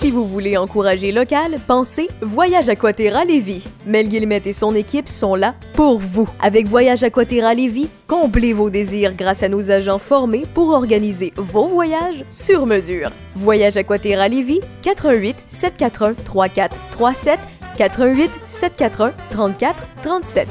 Si vous voulez encourager local, pensez Voyage Aquaterra Lévis. Mel Guillemette et son équipe sont là pour vous. Avec Voyage Aquaterra Lévis, comblez vos désirs grâce à nos agents formés pour organiser vos voyages sur mesure. Voyage Aquaterra Lévis, 88 741 3437, 88 741 3437.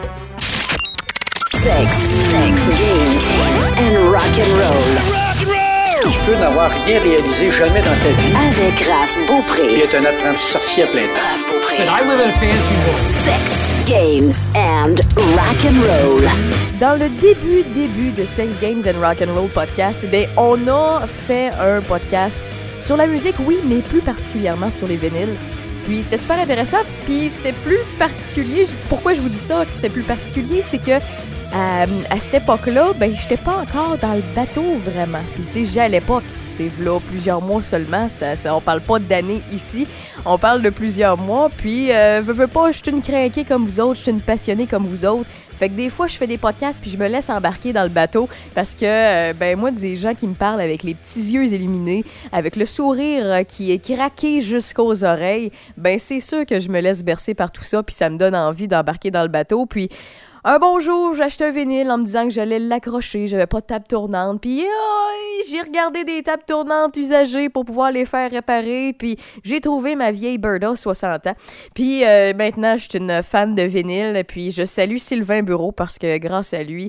Sex, games and rock'n'roll. Tu peux n'avoir rien réalisé jamais dans ta vie. Avec Raph Beaupré. Il est un apprenti sorcier à plein temps. Raph Beaupré. And I live in a fancy world. Sex, games and rock'n'roll. Dans le début de Sex Games and Rock'n'Roll podcast, on a fait un podcast sur la musique, oui, mais plus particulièrement sur les vinyles. Puis c'était super intéressant, puis c'était plus particulier. Pourquoi je vous dis ça, que c'était plus particulier, c'est que à cette époque-là, j'étais pas encore dans le bateau vraiment. Puis tu sais, j'ai à l'époque, c'est là plusieurs mois seulement, on parle pas d'années ici, on parle de plusieurs mois. Puis veux pas, je suis une crinquée comme vous autres, je suis une passionnée comme vous autres. Fait que des fois, je fais des podcasts puis je me laisse embarquer dans le bateau parce que, moi, des gens qui me parlent avec les petits yeux illuminés, avec le sourire qui est craqué jusqu'aux oreilles, c'est sûr que je me laisse bercer par tout ça puis ça me donne envie d'embarquer dans le bateau. Puis un bon jour, j'ai acheté un vinyle en me disant que j'allais l'accrocher, j'avais pas de table tournante, puis j'ai regardé des tables tournantes usagées pour pouvoir les faire réparer, puis j'ai trouvé ma vieille Berda 60 ans. Puis maintenant, je suis une fan de vinyle, puis je salue Sylvain Bureau parce que grâce à lui,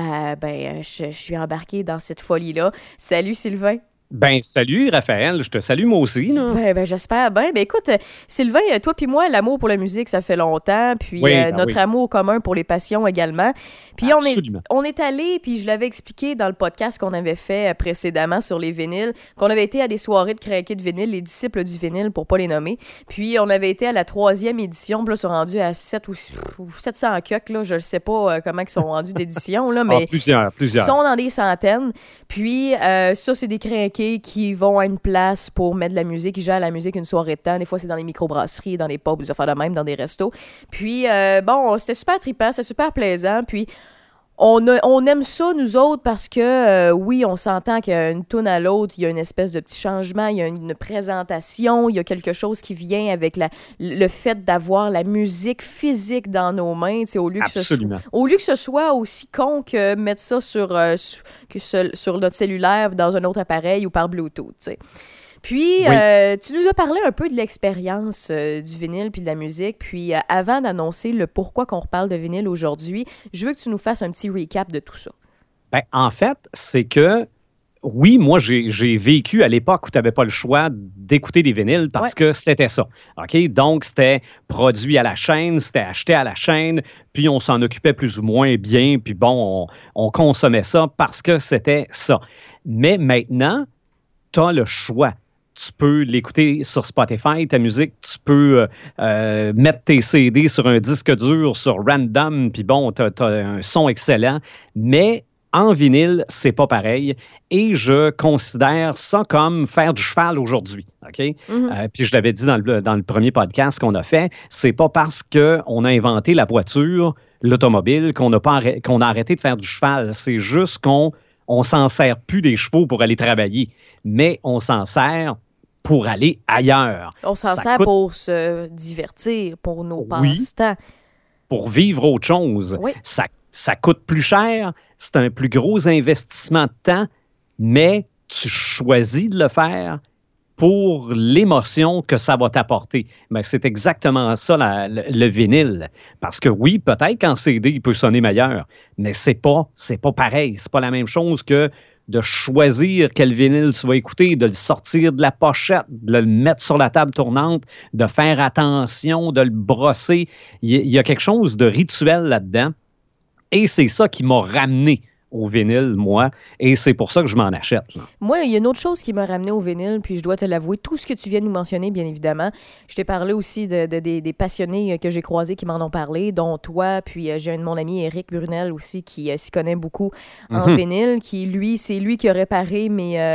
je suis embarquée dans cette folie-là. Salut Sylvain! Salut Raphaël, je te salue moi aussi. Là. J'espère bien. Écoute, Sylvain, toi puis moi, l'amour pour la musique, ça fait longtemps, puis notre amour commun pour les passions également. Puis on est allé, puis je l'avais expliqué dans le podcast qu'on avait fait précédemment sur les vinyles, qu'on avait été à des soirées de craqués de vinyle, les disciples du vinyle, pour pas les nommer. Puis on avait été à la 3e édition, puis là, ils sont rendus à 7 ou 700 coques, là, je ne sais pas comment ils sont rendus d'édition, là, mais plusieurs. Ils sont dans des centaines. Puis ça, c'est des craqués qui vont à une place pour mettre de la musique, qui gèrent la musique une soirée de temps. Des fois, c'est dans les microbrasseries, dans les pubs, des affaires de même, dans des restos. Puis, c'était super trippant, c'était super plaisant. Puis, on aime ça, nous autres, parce que, oui, on s'entend qu'une toune à l'autre, il y a une espèce de petit changement, il y a une présentation, il y a quelque chose qui vient avec le fait d'avoir la musique physique dans nos mains, au lieu que ce soit aussi con que mettre ça sur notre cellulaire, dans un autre appareil ou par Bluetooth, t'sais. Puis, tu nous as parlé un peu de l'expérience du vinyle puis de la musique. Puis, avant d'annoncer le pourquoi qu'on reparle de vinyle aujourd'hui, je veux que tu nous fasses un petit recap de tout ça. En fait, c'est que, oui, moi, j'ai vécu à l'époque où tu n'avais pas le choix d'écouter des vinyles parce que c'était ça. OK? Donc, c'était produit à la chaîne, c'était acheté à la chaîne, puis on s'en occupait plus ou moins bien, puis bon, on consommait ça parce que c'était ça. Mais maintenant, tu as le choix. Tu peux l'écouter sur Spotify, ta musique, tu peux mettre tes CD sur un disque dur, sur Random, puis bon, t'as un son excellent, mais en vinyle, c'est pas pareil. Et je considère ça comme faire du cheval aujourd'hui. OK? Mm-hmm. Puis je l'avais dit dans le premier podcast qu'on a fait, c'est pas parce qu'on a inventé la voiture, l'automobile, qu'on a arrêté de faire du cheval. C'est juste qu'on s'en sert plus des chevaux pour aller travailler, mais on s'en sert pour aller ailleurs. On s'en sert pour se divertir, pour nos passe-temps. Pour vivre autre chose. Oui. Ça coûte plus cher, c'est un plus gros investissement de temps, mais tu choisis de le faire pour l'émotion que ça va t'apporter. Mais c'est exactement ça, le vinyle. Parce que oui, peut-être qu'en CD, il peut sonner meilleur, mais c'est pas pareil. C'est pas la même chose que de choisir quel vinyle tu vas écouter, de le sortir de la pochette, de le mettre sur la table tournante, de faire attention, de le brosser. Il y a quelque chose de rituel là-dedans. Et c'est ça qui m'a ramené au vinyle, moi, et c'est pour ça que je m'en achète. Là. Moi, il y a une autre chose qui m'a ramené au vinyle, puis je dois te l'avouer, tout ce que tu viens de nous mentionner, bien évidemment. Je t'ai parlé aussi des passionnés que j'ai croisés qui m'en ont parlé, dont toi, puis j'ai un de mon ami, Éric Brunel, aussi, qui s'y connaît beaucoup en vinyle, c'est lui qui a réparé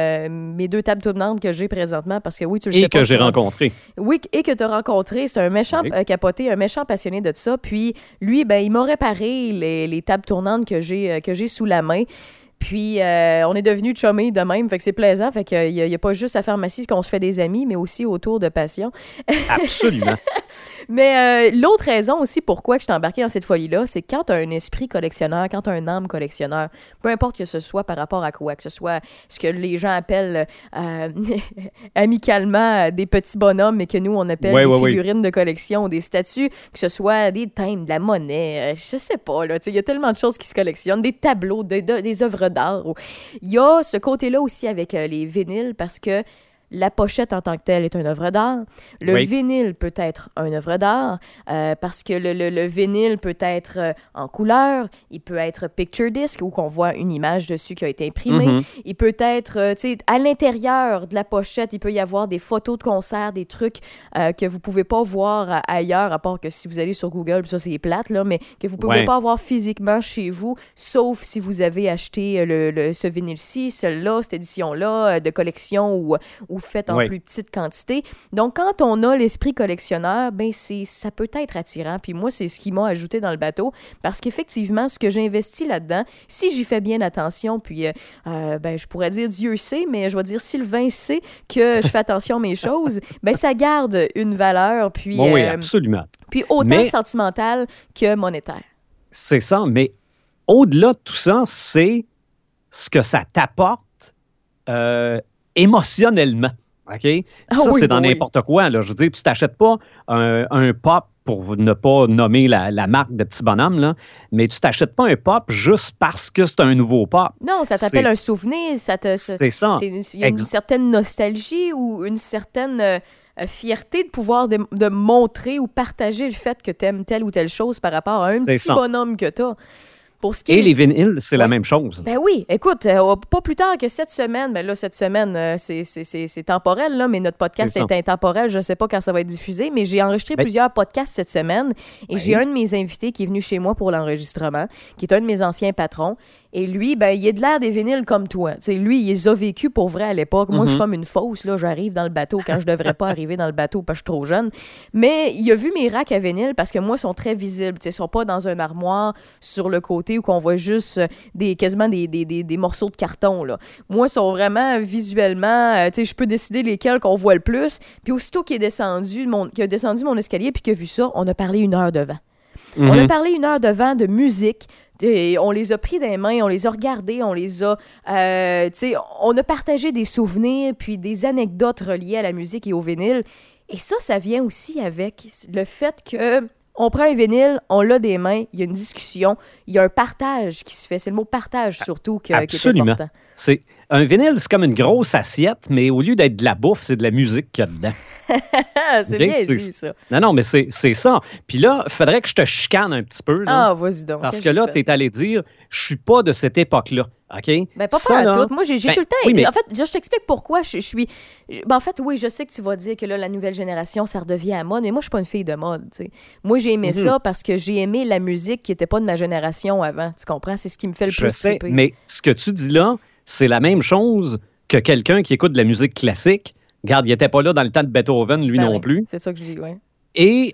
mes 2 tables tournantes que j'ai présentement, parce que oui, tu le sais pas. Et que j'ai rencontré. Oui, et que tu as rencontré. C'est un méchant capoté, un méchant passionné de ça. Puis lui, il m'a réparé les tables tournantes que j'ai sous la main. Puis, on est devenus chummés de même, fait que c'est plaisant. Fait qu'il n'y a pas juste à Pharmacie qu'on se fait des amis, mais aussi autour de passion. Absolument. Mais l'autre raison aussi pourquoi que je suis embarquée dans cette folie-là, c'est quand tu as un esprit collectionneur, quand tu as une âme collectionneur, peu importe que ce soit par rapport à quoi, que ce soit ce que les gens appellent amicalement des petits bonhommes, mais que nous, on appelle des figurines de collection, des statues, que ce soit des timbres, de la monnaie, je sais pas, là, il y a tellement de choses qui se collectionnent, des tableaux, des œuvres d'art. Il y a ce côté-là aussi avec les vinyles, parce que la pochette en tant que telle est une œuvre d'art. Le vinyle peut être une œuvre d'art parce que le vinyle peut être en couleur, il peut être picture disc où qu'on voit une image dessus qui a été imprimée. Il peut être, tu sais, à l'intérieur de la pochette, il peut y avoir des photos de concerts, des trucs que vous pouvez pas voir ailleurs, à part que si vous allez sur Google, puis ça c'est plate, là, mais que vous pouvez pas avoir physiquement chez vous, sauf si vous avez acheté ce vinyle-ci, celle-là, cette édition-là de collection ou faites en plus petite quantité. Donc, quand on a l'esprit collectionneur, ben ça peut être attirant. Puis moi, c'est ce qui m'a ajouté dans le bateau, parce qu'effectivement, ce que j'ai investi là-dedans, si j'y fais bien attention, puis je pourrais dire Dieu sait, mais je vais dire Sylvain sait que je fais attention à mes choses, ben ça garde une valeur, puis oui, absolument. Puis autant sentimentale que monétaire. C'est ça, mais au-delà de tout ça, c'est ce que ça t'apporte émotionnellement. OK? C'est dans n'importe quoi. Là. Je veux dire, tu t'achètes pas un pop pour ne pas nommer la marque de petit bonhomme, là, mais tu t'achètes pas un pop juste parce que c'est un nouveau pop. Non, ça t'appelle un souvenir. C'est ça. Il y a une certaine nostalgie ou une certaine fierté de pouvoir de montrer ou partager le fait que tu aimes telle ou telle chose par rapport à un petit bonhomme que tu as. Et les vinyles, c'est la même chose. Ben oui, écoute, pas plus tard que cette semaine, ben là, cette semaine, c'est temporel, là, mais notre podcast est intemporel, je ne sais pas quand ça va être diffusé, mais j'ai enregistré plusieurs podcasts cette semaine, et j'ai un de mes invités qui est venu chez moi pour l'enregistrement, qui est un de mes anciens patrons, et lui, ben, il est de l'air des vinyles comme toi. T'sais, lui, il les a vécu pour vrai à l'époque. Moi, je suis comme une fausse, là, j'arrive dans le bateau quand je devrais pas arriver dans le bateau parce que je suis trop jeune. Mais il a vu mes racks à vinyle parce que moi, ils sont très visibles. Ils sont pas dans un armoire sur le côté où qu'on voit juste quasiment des morceaux de carton, là. Moi, ils sont vraiment visuellement, je peux décider lesquels qu'on voit le plus. Puis aussitôt qu'il a descendu mon escalier puis qu'il a vu ça, on a parlé 1 heure de vent. On a parlé 1 heure de vent, de musique. Et on les a pris des mains, on les a regardés, on les a... on a partagé des souvenirs puis des anecdotes reliées à la musique et au vinyle. Et ça vient aussi avec le fait que on prend un vinyle, on l'a des mains, il y a une discussion, il y a un partage qui se fait. C'est le mot partage surtout qui est important. Un vinyle, c'est comme une grosse assiette, mais au lieu d'être de la bouffe, c'est de la musique qu'il y a dedans. C'est bien dit, ça. Non, mais c'est ça. Puis là, il faudrait que je te chicane un petit peu. Là, vas-y donc. Parce que là, tu es allé dire, je suis pas de cette époque-là. OK? Ben, pas à tout. Moi, j'ai tout le temps... Oui, mais... En fait, je t'explique pourquoi je suis... en fait, oui, je sais que tu vas dire que là, la nouvelle génération, ça redevient à mode, mais moi, je suis pas une fille de mode, tu sais. Moi, j'ai aimé ça parce que j'ai aimé la musique qui était pas de ma génération avant. Tu comprends? C'est ce qui me fait le plus triper. Je sais, mais ce que tu dis là, c'est la même chose que quelqu'un qui écoute de la musique classique. Regarde, il n'était pas là dans le temps de Beethoven, lui non plus. C'est ça que je dis, oui. Et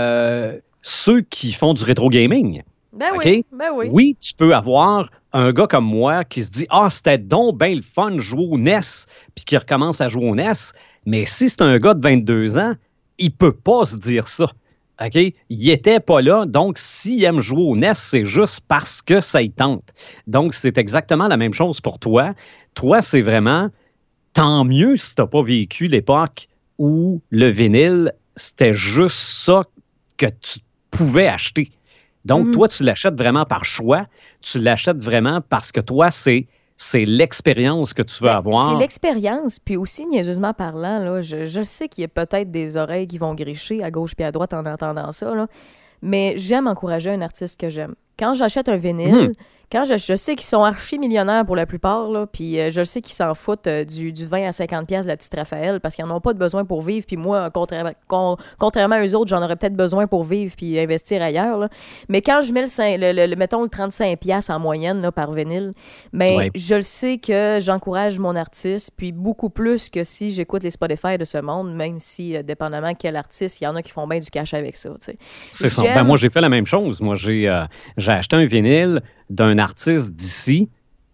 ceux qui font du rétro gaming. Ben okay? Oui. Oui, tu peux avoir un gars comme moi qui se dit « Ah, c'était donc bien le fun de jouer au NES », puis qui recommence à jouer au NES. Mais si c'est un gars de 22 ans, il peut pas se dire ça. OK? Il était pas là, donc s'il aime jouer au NES, c'est juste parce que ça y tente. Donc, c'est exactement la même chose pour toi. Toi, c'est vraiment, tant mieux si t'as pas vécu l'époque où le vinyle, c'était juste ça que tu pouvais acheter. Donc, toi, tu l'achètes vraiment par choix. Tu l'achètes vraiment parce que toi, c'est l'expérience que tu veux avoir. C'est l'expérience. Puis aussi, niaiseusement parlant, là, je sais qu'il y a peut-être des oreilles qui vont gricher à gauche puis à droite en entendant ça, là, mais j'aime encourager un artiste que j'aime. Quand j'achète un vinyle, quand je sais qu'ils sont archi-millionnaires pour la plupart, là, puis je sais qu'ils s'en foutent du 20 à 50$ de la petite Raphaël parce qu'ils n'en ont pas de besoin pour vivre. Puis moi, contrairement à eux autres, j'en aurais peut-être besoin pour vivre puis investir ailleurs. Là. Mais quand je mets mettons le 35$ en moyenne là, par vinyle, je le sais que j'encourage mon artiste, puis beaucoup plus que si j'écoute les Spotify de ce monde, même si, dépendamment quel artiste, il y en a qui font bien du cash avec ça. T'sais. C'est ça. Ben, moi, j'ai fait la même chose. Moi, j'ai acheté un vinyle d'un artiste d'ici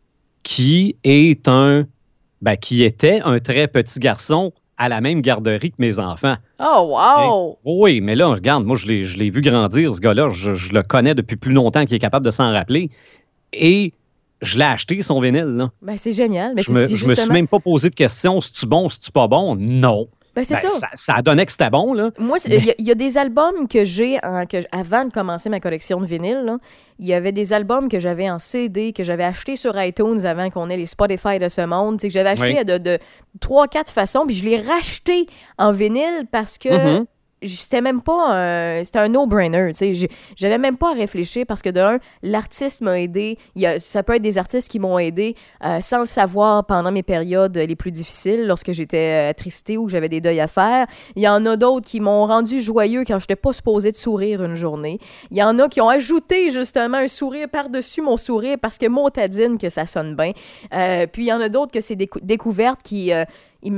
qui était un très petit garçon à la même garderie que mes enfants. Oh, wow! Et, oui, mais là, regarde, moi, je l'ai vu grandir, ce gars-là. Je le connais depuis plus longtemps qu'il est capable de s'en rappeler. Et je l'ai acheté, son vinyle, là. Ben, c'est génial. Mais je me suis même pas posé de question, c'est-tu bon, c'est-tu pas bon? Non. Ben, c'est ça. Ça donnait que c'était bon, là. Moi, il y a des albums que j'ai, avant de commencer ma collection de vinyles, là, il y avait des albums que j'avais en CD, que j'avais achetés sur iTunes avant qu'on ait les Spotify de ce monde, que j'avais acheté de 3-4 façons, puis je l'ai racheté en vinyle parce que c'était même pas c'était un no-brainer, tu sais, j'avais même pas à réfléchir parce que d'un, l'artiste m'a aidé, ça peut être des artistes qui m'ont aidé sans le savoir pendant mes périodes les plus difficiles, lorsque j'étais attristée ou que j'avais des deuils à faire. Il y en a d'autres qui m'ont rendu joyeux quand j'étais pas supposée de sourire une journée. Il y en a qui ont ajouté justement un sourire par-dessus mon sourire parce que motadine que ça sonne bien. Puis il y en a d'autres que c'est des découvertes qui ils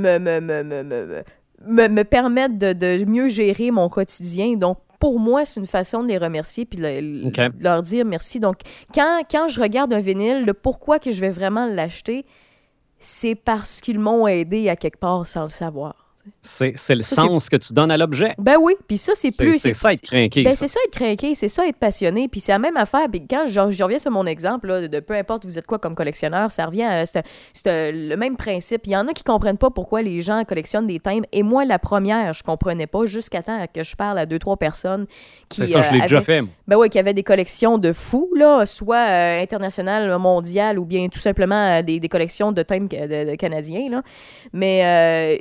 me permettent de mieux gérer mon quotidien. Donc, pour moi, c'est une façon de les remercier puis de leur dire merci. Donc, quand je regarde un vinyle, le pourquoi que je vais vraiment l'acheter, c'est parce qu'ils m'ont aidé à quelque part sans le savoir. C'est le sens que tu donnes à l'objet. Ben oui, puis ça, c'est plus... C'est ça, être craqué. Ben, c'est ça, être craqué, c'est ça, être passionné, puis c'est la même affaire. Puis quand je reviens sur mon exemple, là, de peu importe vous êtes quoi comme collectionneur, ça revient à... C'est le même principe. Il y en a qui comprennent pas pourquoi les gens collectionnent des timbres, et moi, la première, je comprenais pas, jusqu'à temps que je parle à 2-3 personnes qui... C'est ça, je l'ai déjà fait. Ben oui, qui avaient des collections de fous, là, soit internationales, mondiales, ou bien tout simplement des collections de timbres de canadiens, là. Mais...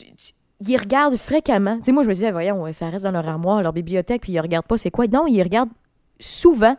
ils regardent fréquemment. Tu sais, moi, je me disais, voyons, ça reste dans leur armoire, leur bibliothèque, puis ils regardent pas c'est quoi. Non, ils regardent souvent.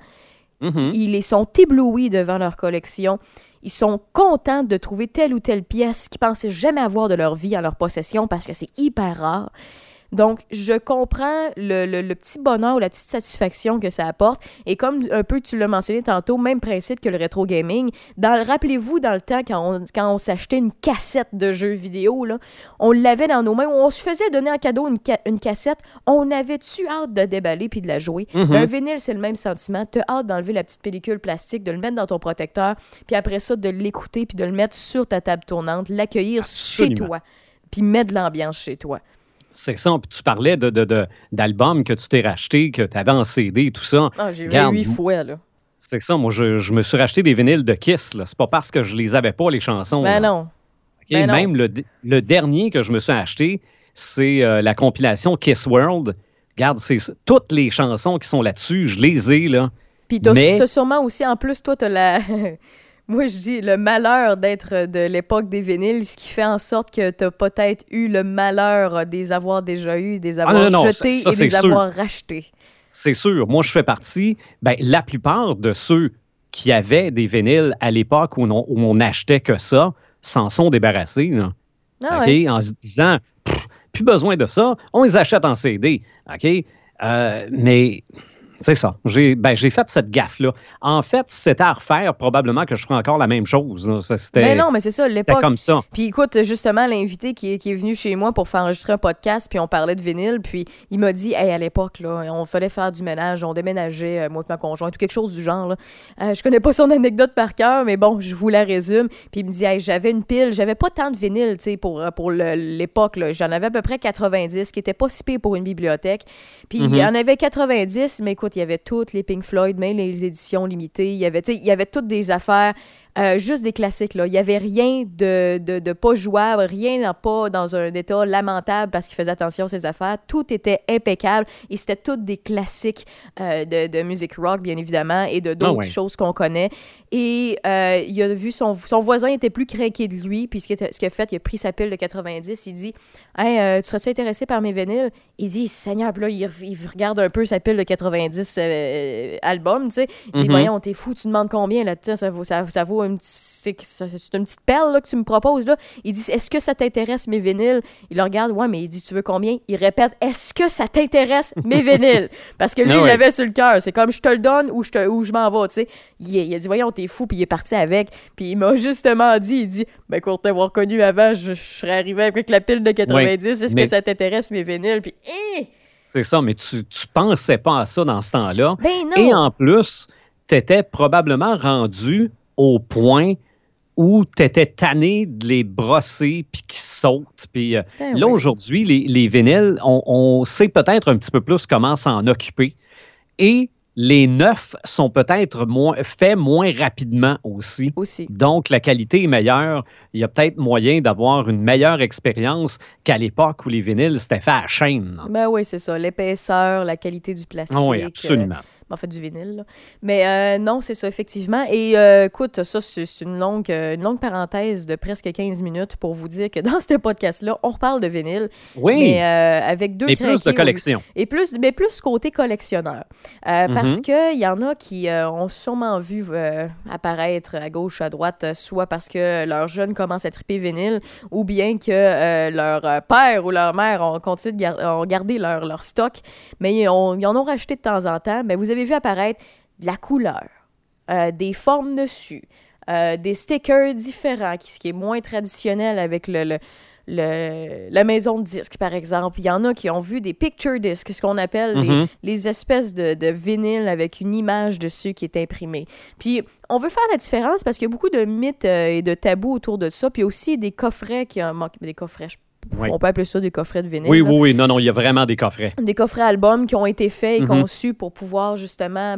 Ils sont éblouis devant leur collection. Ils sont contents de trouver telle ou telle pièce qu'ils pensaient jamais avoir de leur vie en leur possession parce que c'est hyper rare. Donc, je comprends le petit bonheur ou la petite satisfaction que ça apporte. Et comme un peu tu l'as mentionné tantôt, même principe que le rétro gaming. Rappelez-vous, dans le temps, quand on s'achetait une cassette de jeux vidéo, là, on l'avait dans nos mains, on se faisait donner en cadeau une cassette. On avait-tu hâte de déballer puis de la jouer? Un vinyle, c'est le même sentiment. T'as hâte d'enlever la petite pellicule plastique, de le mettre dans ton protecteur, puis après ça, de l'écouter puis de le mettre sur ta table tournante, l'accueillir chez toi, puis mettre de l'ambiance chez toi. C'est ça. Puis tu parlais d'albums que tu t'es racheté, que tu avais en CD, tout ça. Ah, j'ai vu 8 fois, là. C'est ça. Moi, je me suis racheté des vinyles de Kiss, là. C'est pas parce que je les avais pas, les chansons. Ben là. non. Okay? Même le dernier que je me suis acheté, c'est la compilation Kiss World. Regarde, c'est toutes les chansons qui sont là-dessus, je les ai, là. Puis t'as sûrement aussi, en plus, toi, t'as la... Moi, je dis le malheur d'être de l'époque des vinyles, ce qui fait en sorte que tu as peut-être eu le malheur des avoir déjà eu, des avoir jetés et des avoir rachetés. C'est sûr. Moi, je fais partie. La plupart de ceux qui avaient des vinyles à l'époque où on n'achetait que ça s'en sont débarrassés. Là. Ouais. En se disant, plus besoin de ça, on les achète en CD. OK? Mais... c'est ça. J'ai fait cette gaffe-là. En fait, si c'était à refaire, probablement que je ferais encore la même chose. Là. Mais non, mais c'est ça, l'époque. C'était comme ça. Puis écoute, justement, l'invité qui est venu chez moi pour faire enregistrer un podcast, puis on parlait de vinyle, puis il m'a dit, hey, à l'époque, là, on fallait faire du ménage, on déménageait, moi et ma conjointe, ou quelque chose du genre. Là. Je connais pas son anecdote par cœur, mais bon, je vous la résume. Puis il me dit, hey, j'avais une pile, j'avais pas tant de vinyle, tu sais, pour l'époque. Là. J'en avais à peu près 90, qui était pas si pire pour une bibliothèque. Puis il y en avait 90, mais écoute, il y avait toutes les Pink Floyd, même les éditions limitées. Il y avait toutes des affaires, juste des classiques. Là. Il n'y avait rien de pas jouable, rien pas dans un état lamentable parce qu'il faisait attention à ses affaires. Tout était impeccable et c'était toutes des classiques de musique rock, bien évidemment, et de d'autres choses qu'on connaît. Et il a vu son voisin était plus craqué de lui, puis ce qu'il a fait, il a pris sa pile de 90, il dit « Hey, tu serais-tu intéressé par mes vinyles? » Il dit « Seigneur, puis là, il regarde un peu sa pile de 90 albums, tu sais. Il dit « Voyons, t'es fou, tu demandes combien là-dessus? Ça vaut c'est une petite perle là, que tu me proposes là. » Il dit « Est-ce que ça t'intéresse mes vinyles? » Il le regarde « Ouais, mais il dit « Tu veux combien? » Il répète « Est-ce que ça t'intéresse mes vinyles? » Parce que lui, il l'avait sur le cœur. C'est comme « Je te le donne ou je m'en vais, tu sais. » Il a dit « Voyons, t'es fou, puis il est parti avec. » Puis il m'a justement dit, il dit « Ben, pour t'avoir connu avant, je serais arrivé avec la pile de 90. Est-ce que ça t'intéresse mes vinyles? » Puis c'est ça, mais tu pensais pas à ça dans ce temps-là. Ben non. Et en plus, t'étais probablement rendu au point où tu étais tanné de les brosser puis qu'ils sautent. Puis là, oui. aujourd'hui, les vinyles, on sait peut-être un petit peu plus comment s'en occuper. Et les neufs sont peut-être faits moins rapidement aussi. Donc, la qualité est meilleure. Il y a peut-être moyen d'avoir une meilleure expérience qu'à l'époque où les vinyles, c'était fait à la chaîne. Ben oui, c'est ça. L'épaisseur, la qualité du plastique. Oui, absolument. En fait, du vinyle. Là. Mais non, c'est ça, effectivement. Et écoute, ça, c'est une longue parenthèse de presque 15 minutes pour vous dire que dans ce podcast-là, on reparle de vinyle. Oui. Mais avec deux plus de collection. Mais plus côté collectionneur. Parce qu'il y en a qui ont sûrement vu apparaître à gauche, à droite, soit parce que leurs jeunes commencent à triper vinyle, ou bien que leur père ou leur mère ont gardé leur stock, mais ils en ont racheté de temps en temps. Mais vous avez vu apparaître de la couleur, des formes dessus, des stickers différents, ce qui est moins traditionnel avec la maison de disques, par exemple. Il y en a qui ont vu des picture discs, ce qu'on appelle les espèces de vinyles avec une image dessus qui est imprimée. Puis, on veut faire la différence parce qu'il y a beaucoup de mythes et de tabous autour de ça. Puis, il y a aussi des coffrets des coffrets, on peut appeler ça des coffrets de vinyle. Oui. Non, il y a vraiment des coffrets. Des coffrets albums qui ont été faits et conçus pour pouvoir justement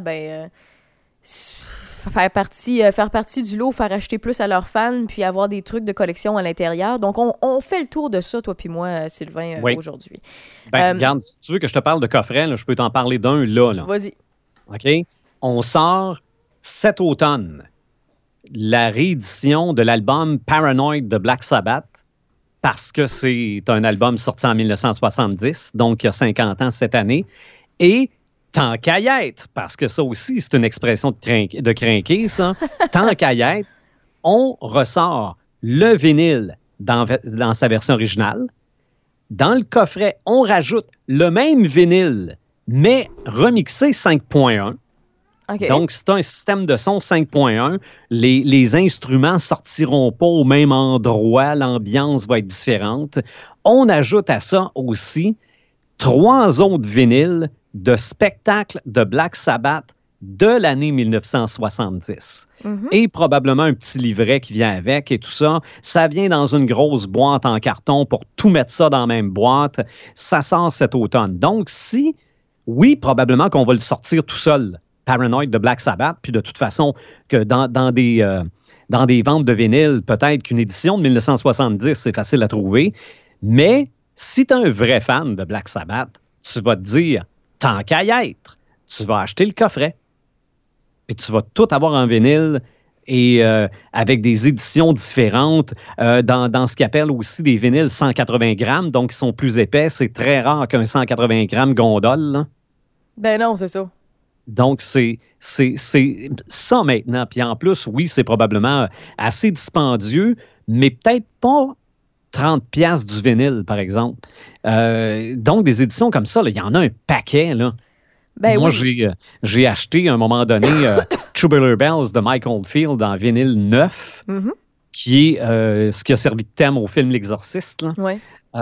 faire partie du lot, faire acheter plus à leurs fans, puis avoir des trucs de collection à l'intérieur. Donc, on fait le tour de ça, toi puis moi, Sylvain, aujourd'hui. Regarde, si tu veux que je te parle de coffrets, là, je peux t'en parler d'un là. Vas-y. OK? On sort cet automne la réédition de l'album Paranoid de Black Sabbath, parce que c'est un album sorti en 1970, donc il y a 50 ans cette année. Et tant qu'à y être, parce que ça aussi, c'est une expression de crinquer, ça. Tant qu'à y être, on ressort le vinyle dans sa version originale. Dans le coffret, on rajoute le même vinyle, mais remixé 5.1. Okay. Donc, c'est un système de son 5.1. Les instruments sortiront pas au même endroit. L'ambiance va être différente. On ajoute à ça aussi 3 autres vinyles de spectacles de Black Sabbath de l'année 1970. Et probablement un petit livret qui vient avec et tout ça. Ça vient dans une grosse boîte en carton pour tout mettre ça dans la même boîte. Ça sort cet automne. Donc, oui, probablement qu'on va le sortir tout seul. Paranoid de Black Sabbath, puis de toute façon, que dans des ventes de vinyle, peut-être qu'une édition de 1970, c'est facile à trouver. Mais si tu es un vrai fan de Black Sabbath, tu vas te dire, tant qu'à y être, tu vas acheter le coffret. Puis tu vas tout avoir en vinyle et avec des éditions différentes dans ce qu'ils appellent aussi des vinyles 180 grammes, donc ils sont plus épais. C'est très rare qu'un 180 grammes gondole. Là. Ben non, c'est ça. Donc, c'est ça maintenant. Puis en plus, oui, c'est probablement assez dispendieux, mais peut-être pas 30$ du vinyle, par exemple. Donc, des éditions comme ça, il y en a un paquet, là. Ben moi, oui. j'ai acheté à un moment donné Tubular Bells de Mike Oldfield en vinyle neuf, qui est ce qui a servi de thème au film L'Exorciste. Ouais.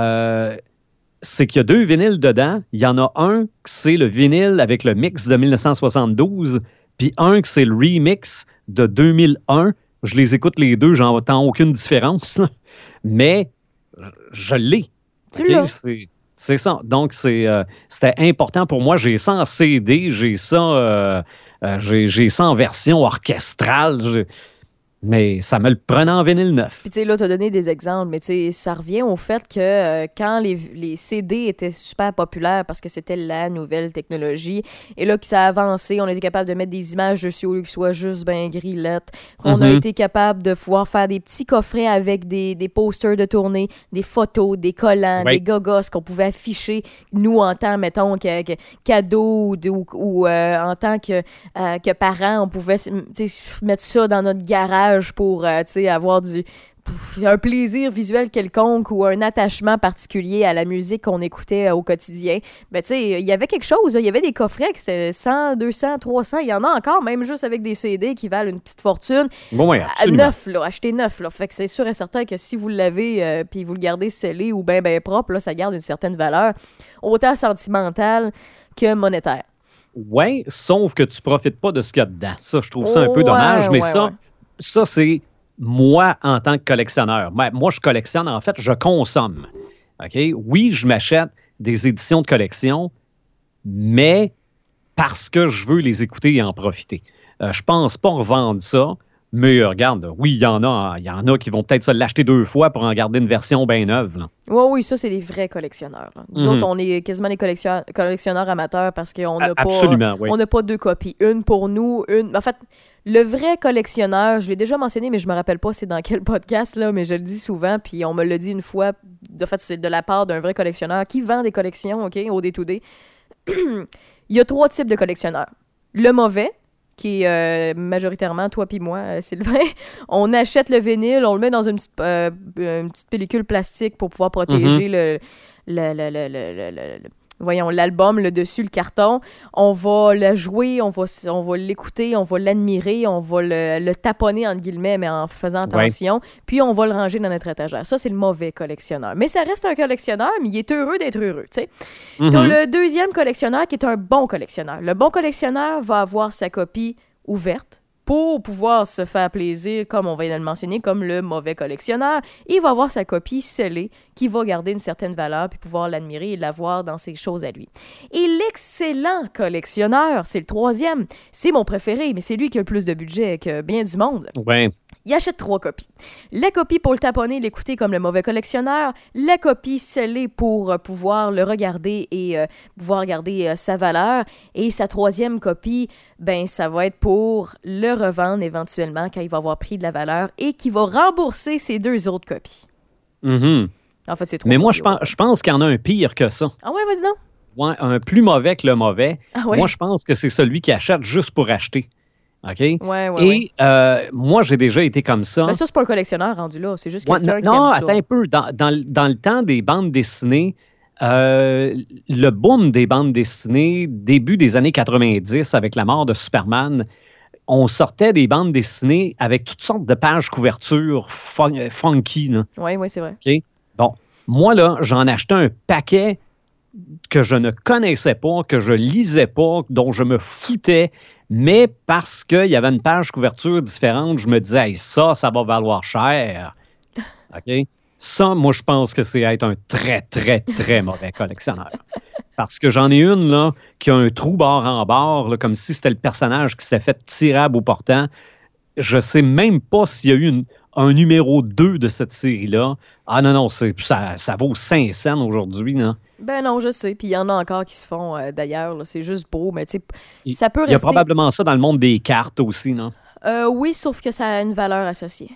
C'est qu'il y a 2 vinyles dedans. Il y en a un que c'est le vinyle avec le mix de 1972, puis un que c'est le remix de 2001. Je les écoute les deux, j'entends aucune différence, là. Mais je l'ai. Tu l'as. C'est ça. Donc, c'était important pour moi. J'ai ça en CD, j'ai ça en version orchestrale. Mais ça me le prenait en vinyle neuf. Puis tu sais, là, tu as donné des exemples, mais tu sais, ça revient au fait que quand les CD étaient super populaires parce que c'était la nouvelle technologie, et là que ça a avancé, on a été capable de mettre des images dessus au lieu que ce soit juste ben gris lettre. On a été capable de pouvoir faire des petits coffrets avec des posters de tournée, des photos, des collants, des gogos qu'on pouvait afficher, nous, en tant, mettons, que cadeau ou en tant que parents, on pouvait mettre ça dans notre garage pour avoir un plaisir visuel quelconque ou un attachement particulier à la musique qu'on écoutait au quotidien. Ben, tu sais, il y avait quelque chose. Il y avait des coffrets qui c'était 100, 200, 300. Il y en a encore, même juste avec des CD qui valent une petite fortune. Bon, oui, absolument. Neuf, là, acheter neuf. Là. Fait que c'est sûr et certain que si vous l'avez puis vous le gardez scellé ou bien propre, là, ça garde une certaine valeur, autant sentimentale que monétaire. Oui, sauf que tu profites pas de ce qu'il y a dedans. Ça, je trouve ça un peu dommage, mais ça, c'est moi, en tant que collectionneur, moi, je collectionne, en fait, je consomme. OK? Oui, je m'achète des éditions de collection, mais parce que je veux les écouter et en profiter. Je pense pas revendre ça, mais regarde, oui, il y en a qui vont peut-être se l'acheter 2 fois pour en garder une version bien neuve. Là. Oui, ça, c'est des vrais collectionneurs. Là. Nous autres, on est quasiment des collectionneurs amateurs parce qu'on n'a pas 2 copies. Une pour nous, une... En fait, le vrai collectionneur, je l'ai déjà mentionné, mais je me rappelle pas c'est dans quel podcast, là, mais je le dis souvent, puis on me l'a dit une fois. En fait, c'est de la part d'un vrai collectionneur qui vend des collections, OK, au day-to-day. Il y a 3 types de collectionneurs. Le mauvais, qui est majoritairement toi puis moi, Sylvain. On achète le vinyle, on le met dans une petite pellicule plastique pour pouvoir protéger l'album, le dessus, le carton. On va le jouer, on va l'écouter, on va l'admirer, on va le taponner, entre guillemets, mais en faisant attention. Puis on va le ranger dans notre étagère. Ça, c'est le mauvais collectionneur. Mais ça reste un collectionneur, mais il est heureux d'être heureux, tu sais. Donc, le deuxième collectionneur qui est un bon collectionneur. Le bon collectionneur va avoir sa copie ouverte pour pouvoir se faire plaisir, comme on vient de le mentionner, comme le mauvais collectionneur. Il va avoir sa copie scellée qui va garder une certaine valeur puis pouvoir l'admirer et l'avoir dans ses choses à lui. Et l'excellent collectionneur, c'est le 3e. C'est mon préféré, mais c'est lui qui a le plus de budget que bien du monde. Ouais. Il achète 3 copies. La copie pour le taponner, l'écouter comme le mauvais collectionneur. La copie scellée pour pouvoir le regarder et pouvoir garder sa valeur. Et sa 3e copie, ben ça va être pour le revendre éventuellement quand il va avoir pris de la valeur et qui va rembourser ses 2 autres copies. En fait, c'est 3 Mais moi, copies, je pense qu'il y en a un pire que ça. Ah ouais, vas-y donc. Ouais, un plus mauvais que le mauvais. Ah ouais? Moi, je pense que c'est celui qui achète juste pour acheter. OK? Ouais. Moi, j'ai déjà été comme ça. Mais ça, c'est pas un collectionneur rendu là. C'est juste quelqu'un qui aime non, ça. attends un peu. Dans le temps des bandes dessinées, le boom des bandes dessinées, début des années 90, avec la mort de Superman, on sortait des bandes dessinées avec toutes sortes de pages couverture funky. Oui, c'est vrai. OK? Bon, moi, là, j'en achetais un paquet que je ne connaissais pas, que je lisais pas, dont je me foutais, mais parce qu'il y avait une page couverture différente, je me disais, hey, ça va valoir cher. OK? Ça, moi, je pense que c'est être un très, très, très mauvais collectionneur. Parce que j'en ai une, là, qui a un trou bord en bord, là, comme si c'était le personnage qui s'était fait tirer à bout portant. Je sais même pas s'il y a eu un numéro 2 de cette série-là. Ah non, ça vaut 5 cents aujourd'hui, non? Ben non, je sais. Puis il y en a encore qui se font d'ailleurs. Là. C'est juste beau, mais tu sais, ça peut rester... Il y a probablement ça dans le monde des cartes aussi, non? Oui, sauf que ça a une valeur associée.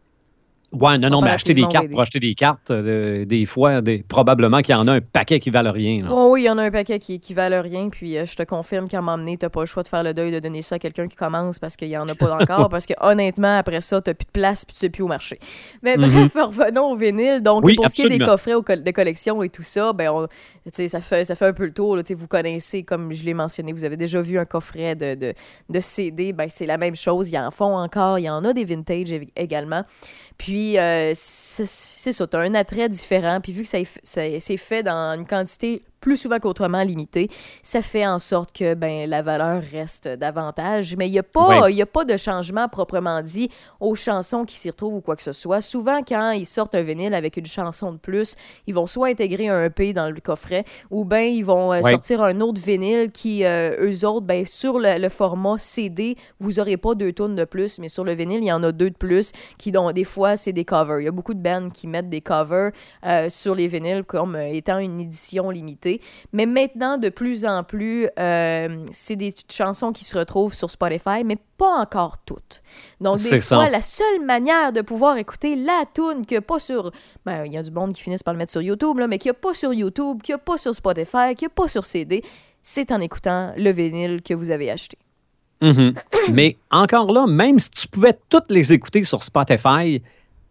Ouais, non, mais acheter des cartes pour acheter des cartes, des fois, probablement qu'il y en a un paquet qui ne valent rien. Oui, il y en a un paquet qui valent rien, puis je te confirme qu'à un moment donné, tu n'as pas le choix de faire le deuil de donner ça à quelqu'un qui commence parce qu'il n'y en a pas encore, parce que honnêtement, après ça, tu n'as plus de place puis tu ne sais plus où marcher. Mais bref, revenons au vinyle. Donc, oui, pour absolument. Ce qui est des coffrets de collection et tout ça, ben ça fait un peu le tour. Là, vous connaissez, comme je l'ai mentionné, vous avez déjà vu un coffret de CD, ben c'est la même chose. Ils en font encore, il y en a des vintage également. Puis, c'est ça, tu as un attrait différent. Puis, vu que c'est fait dans une quantité plus souvent qu'autrement limitée, ça fait en sorte que la valeur reste davantage. Mais il n'y a pas de changement proprement dit aux chansons qui s'y retrouvent ou quoi que ce soit. Souvent, quand ils sortent un vinyle avec une chanson de plus, ils vont soit intégrer un EP dans le coffret ou bien ils vont sortir un autre vinyle qui, eux autres, sur le format CD, vous n'aurez pas 2 tunes de plus, mais sur le vinyle, il y en a 2 de plus qui, des fois, c'est des covers. Il y a beaucoup de bands qui mettent des covers sur les vinyles comme étant une édition limitée. Mais maintenant, de plus en plus, c'est des chansons qui se retrouvent sur Spotify, mais pas encore toutes. Donc, des fois, la seule manière de pouvoir écouter la tune qu'il n'y a pas sur... il y a du monde qui finissent par le mettre sur YouTube, là, mais qu'il n'y a pas sur YouTube, qu'il n'y a pas sur Spotify, qu'il n'y a pas sur CD, c'est en écoutant le vinyle que vous avez acheté. Mais encore là, même si tu pouvais toutes les écouter sur Spotify,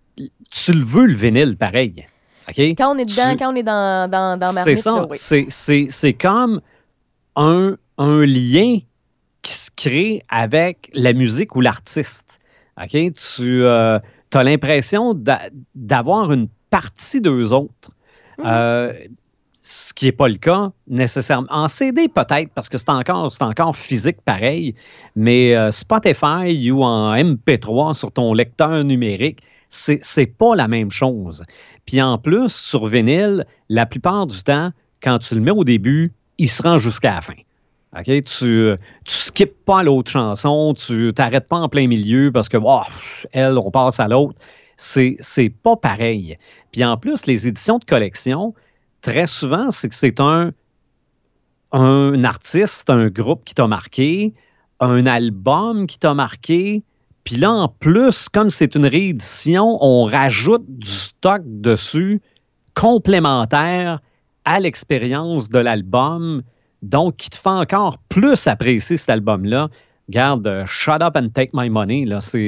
tu le veux, le vinyle, pareil. Okay? Quand on est dedans, quand on est dans marmite, c'est ça. Là, oui. C'est comme un lien qui se crée avec la musique ou l'artiste. Okay? Tu as l'impression d'avoir une partie d'eux autres. Ce qui n'est pas le cas nécessairement. En CD, peut-être, parce que c'est encore physique pareil, mais Spotify ou en MP3 sur ton lecteur numérique, c'est pas la même chose. Puis en plus, sur vinyle, la plupart du temps, quand tu le mets au début, il se rend jusqu'à la fin. Okay? Tu skippes pas l'autre chanson, tu t'arrêtes pas en plein milieu parce que, on passe à l'autre. C'est pas pareil. Puis en plus, les éditions de collection, très souvent, c'est que c'est un artiste, un groupe qui t'a marqué, un album qui t'a marqué. Puis là, en plus, comme c'est une réédition, on rajoute du stock dessus complémentaire à l'expérience de l'album, donc qui te fait encore plus apprécier cet album-là. Regarde, Shut Up and Take My Money, là, tu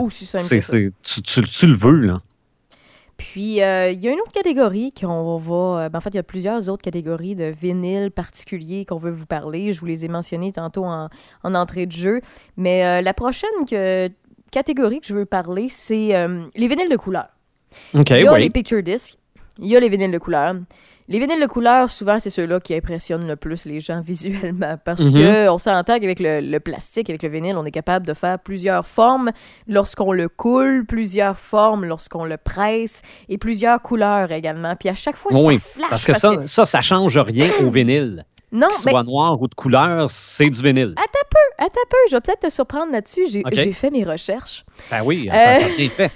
le veux, là. Puis, il y a une autre catégorie qu'on va... en fait, il y a plusieurs autres catégories de vinyles particuliers qu'on veut vous parler. Je vous les ai mentionnés tantôt en entrée de jeu. Mais la prochaine catégorie que je veux parler, c'est les vinyles de couleur. Okay, il y a les picture discs, il y a les vinyles de couleur. Les vinyles de couleur, souvent, c'est ceux-là qui impressionnent le plus les gens visuellement parce qu'on s'entend qu'avec le plastique, avec le vinyle, on est capable de faire plusieurs formes lorsqu'on le coule, plusieurs formes lorsqu'on le presse et plusieurs couleurs également. Puis à chaque fois, ça flash. Parce que ça change rien au vinyle. Non, qu'il soit noir ou de couleur, c'est du vinyle. Attends un peu. Je vais peut-être te surprendre là-dessus. J'ai fait mes recherches. Ben oui, t'as bien fait.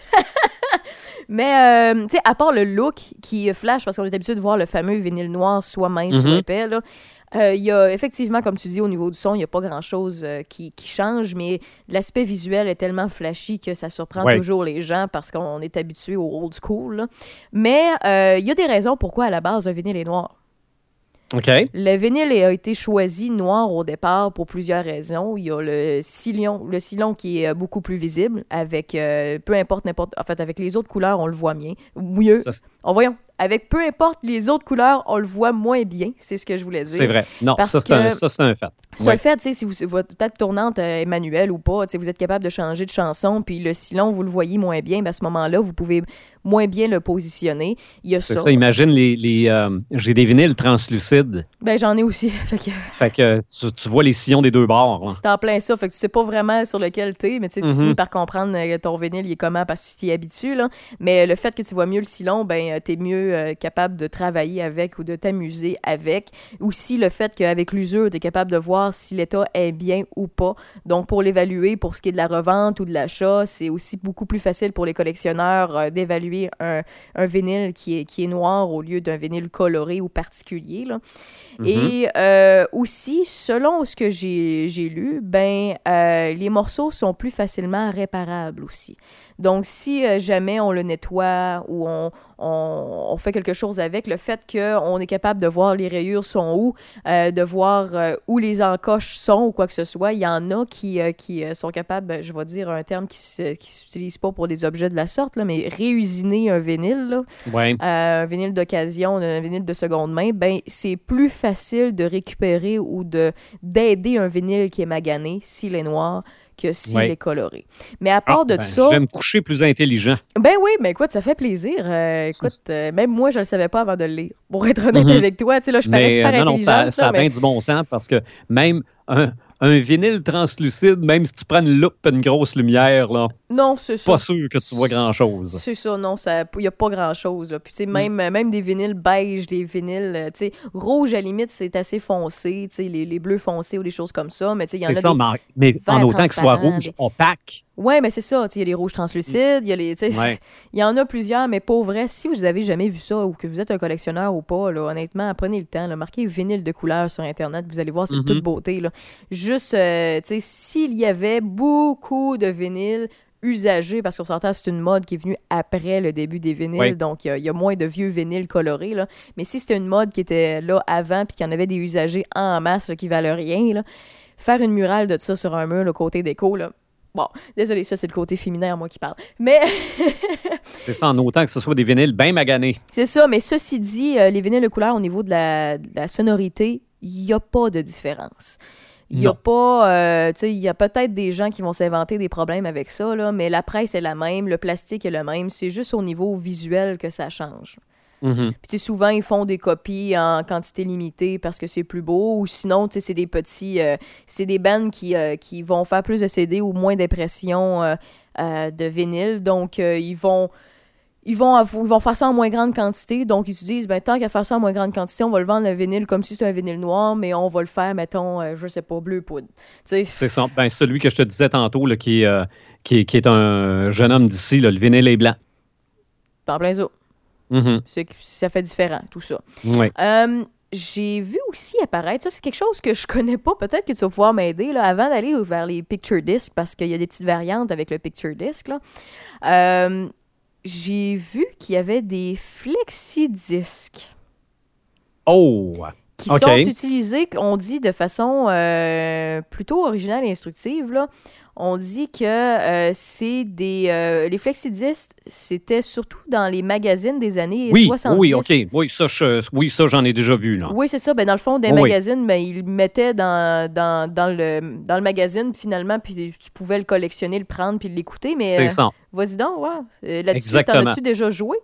Mais, tu sais, à part le look qui flash, parce qu'on est habitué de voir le fameux vinyle noir, soit mince, soit épais, là, il y a effectivement, comme tu dis, au niveau du son, il n'y a pas grand-chose qui change, mais l'aspect visuel est tellement flashy que ça surprend toujours les gens parce qu'on est habitué au old school. Là. Mais il y a des raisons pourquoi, à la base, un vinyle est noir. Okay. Le vinyle a été choisi noir au départ pour plusieurs raisons. Il y a le sillon qui est beaucoup plus visible, avec peu importe en fait, avec les autres couleurs, on le voit mieux. Voyons. Avec peu importe les autres couleurs, on le voit moins bien. C'est ce que je voulais dire. C'est vrai. Non, ça, c'est un fait. C'est un fait, tu sais, si votre tête tournante est manuelle ou pas, tu sais, vous êtes capable de changer de chanson, puis le sillon, vous le voyez moins bien, ben à ce moment-là, vous pouvez moins bien le positionner. Il y a c'est ça. Imagine j'ai des vinyles translucides. Ben, j'en ai aussi. Fait que tu vois les sillons des deux bords. Là. C'est en plein ça. Fait que tu sais pas vraiment sur lequel t'es, mais tu finis par comprendre que ton vinyle, il est comment parce que tu t'y habitues, là. Mais le fait que tu vois mieux le sillon, ben, t'es mieux capable de travailler avec ou de t'amuser avec. Aussi, le fait qu'avec l'usure, t'es capable de voir si l'état est bien ou pas. Donc, pour l'évaluer, pour ce qui est de la revente ou de l'achat, c'est aussi beaucoup plus facile pour les collectionneurs d'évaluer un vinyle qui est noir au lieu d'un vinyle coloré ou particulier, là. Et aussi, selon ce que j'ai lu, ben les morceaux sont plus facilement réparables aussi. Donc, si jamais on le nettoie ou on fait quelque chose avec, le fait qu'on est capable de voir les rayures sont où, de voir où les encoches sont ou quoi que ce soit, il y en a qui sont capables, je vais dire un terme qui s'utilise pas pour des objets de la sorte, là, mais réusiner un vinyle, là, un vinyle d'occasion, un vinyle de seconde main, ben c'est plus facile de récupérer ou d'aider un vinyle qui est magané, s'il est noir, que s'il est coloré. Mais à part de ça... Je vais me coucher plus intelligent. Ben oui, mais écoute, ça fait plaisir. Même moi, je le savais pas avant de le lire. Pour être honnête avec toi, tu sais, là, je parais super intelligente. Ça a bien du bon sens parce que même un vinyle translucide, même si tu prends une loupe et une grosse lumière, là, non, c'est ça. Pas sûr que tu vois grand-chose. C'est ça, non, il n'y a pas grand-chose. Là. Puis, tu sais, même des vinyles beige, des vinyles, tu sais, rouge, à la limite, c'est assez foncé, tu sais, les bleus foncés ou des choses comme ça. Mais, tu sais, il y en a ça, mais en autant qu'ils soient rouges, opaques. Oui, mais c'est ça, tu sais, il y a les rouges translucides, il y a les, tu sais, il y en a plusieurs, mais pour vrai, si vous avez jamais vu ça ou que vous êtes un collectionneur ou pas, là, honnêtement, prenez le temps, là, marquez vinyle de couleur sur Internet, vous allez voir, c'est de toute beauté, là. Juste, tu sais, s'il y avait beaucoup de vinyles usagés, parce qu'on s'entend, c'est une mode qui est venue après le début des vinyles, donc il y a moins de vieux vinyles colorés, là. Mais si c'était une mode qui était là avant, puis qu'il y en avait des usagés en masse là, qui valaient rien, là, faire une murale de ça sur un mur, le côté déco, là. Bon, désolé, ça, c'est le côté féminin à moi qui parle. Mais... c'est ça, en autant que ce soit des vinyles bien maganés. C'est ça, mais ceci dit, les vinyles de couleur, au niveau de la sonorité, il n'y a pas de différence. Il n'y a pas... tu sais, il y a peut-être des gens qui vont s'inventer des problèmes avec ça, là, mais la presse est la même, le plastique est le même. C'est juste au niveau visuel que ça change. Mhm. Puis souvent, ils font des copies en quantité limitée parce que c'est plus beau. Ou sinon, c'est des petits... c'est des bands qui vont faire plus de CD ou moins d'impressions de vinyle. Donc, ils vont faire ça en moins grande quantité. Donc, ils se disent, tant qu'à faire ça en moins grande quantité, on va le vendre le vinyle comme si c'était un vinyle noir, mais on va le faire, mettons, je sais pas, bleu poudre. T'sais. C'est ça. Ben, celui que je te disais tantôt, là, qui est un jeune homme d'ici, là, le vinyle est blanc. En plein ça. Mhm. Ça fait différent, tout ça. Oui. J'ai vu aussi apparaître, ça c'est quelque chose que je connais pas, peut-être que tu vas pouvoir m'aider, là, avant d'aller vers les picture discs, parce qu'il y a des petites variantes avec le picture disc, là. J'ai vu qu'il y avait des flexi-disques. Oh! Qui OK. sont utilisés, on dit, de façon plutôt originale et instructive, là. On dit que c'est des... les flexi-disques, c'était surtout dans les magazines des années 70. Oui, OK. Oui, ça, j'en ai déjà vu, là. Oui, c'est ça. Ben, dans le fond, des magazines, ben, ils le mettaient dans le magazine, finalement, puis tu pouvais le collectionner, le prendre, puis l'écouter. Mais c'est ça. Vas-y donc, ouais. Là-dessus, Exactement. t'en as-tu déjà joué?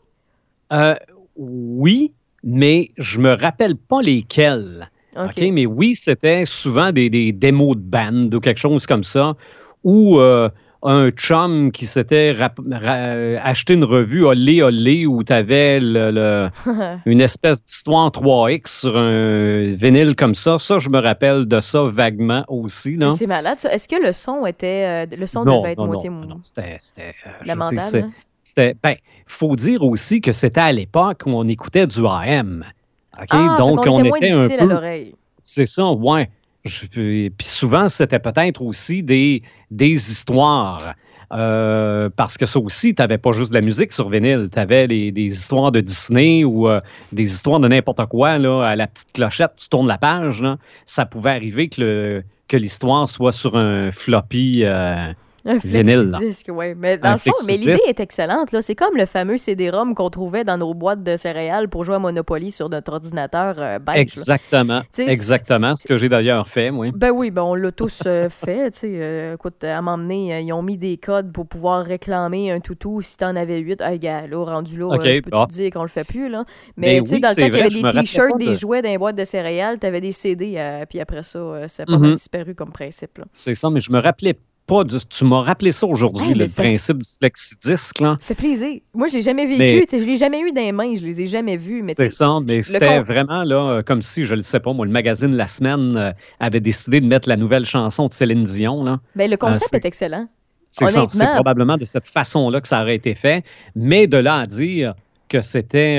Oui, mais je me rappelle pas lesquels. OK. OK, mais oui, c'était souvent des démos de band ou quelque chose comme ça, ou un chum qui s'était acheté une revue Olé Olé où tu avais une espèce d'histoire 3X sur un vinyle comme ça. Ça, je me rappelle de ça vaguement aussi. Non? C'est malade, ça. Est-ce que le son était... le son Non, devait être non, moitié... non, c'était lamentable, hein? Ben, faut dire aussi que c'était à l'époque où on écoutait du AM. OK? Ah, donc, on était on moins était un difficile peu... à l'oreille. C'est ça, ouais. Puis souvent, c'était peut-être aussi des histoires. Parce que ça aussi, tu n'avais pas juste de la musique sur vinyle. Tu avais des histoires de Disney ou des histoires de n'importe quoi. Là, à la petite clochette, tu tournes la page. Là, ça pouvait arriver que l'histoire soit sur un floppy Un vinyle. flexi-disque, oui. Mais dans le fond, l'idée est excellente. Là. C'est comme le fameux CD-ROM qu'on trouvait dans nos boîtes de céréales pour jouer à Monopoly sur notre ordinateur beige. Exactement. Exactement. Ce que j'ai d'ailleurs fait, oui. Ben oui, on l'a tous fait. Écoute, à m'emmener, ils ont mis des codes pour pouvoir réclamer un toutou si t'en avais 8. Ah, gars, là, rendu là, je peux te dire qu'on le fait plus, là. Mais tu sais, dans le temps qu'il y avait des t-shirts, des jouets dans les boîtes de céréales, t'avais des CD, puis après ça, ça a pas mal disparu comme principe, là. C'est ça, mais je me rappelais pas tu m'as rappelé ça aujourd'hui, le principe du flexi-disque. Ça fait plaisir. Moi, je l'ai jamais vécu. Je l'ai jamais eu dans les mains. Je les ai jamais vus. C'est ça, mais c'était vraiment là, comme si, je ne le sais pas, moi, le magazine La Semaine avait décidé de mettre la nouvelle chanson de Céline Dion. Là. Ben, le concept est excellent. C'est ça. C'est probablement de cette façon-là que ça aurait été fait. Mais de là à dire que c'était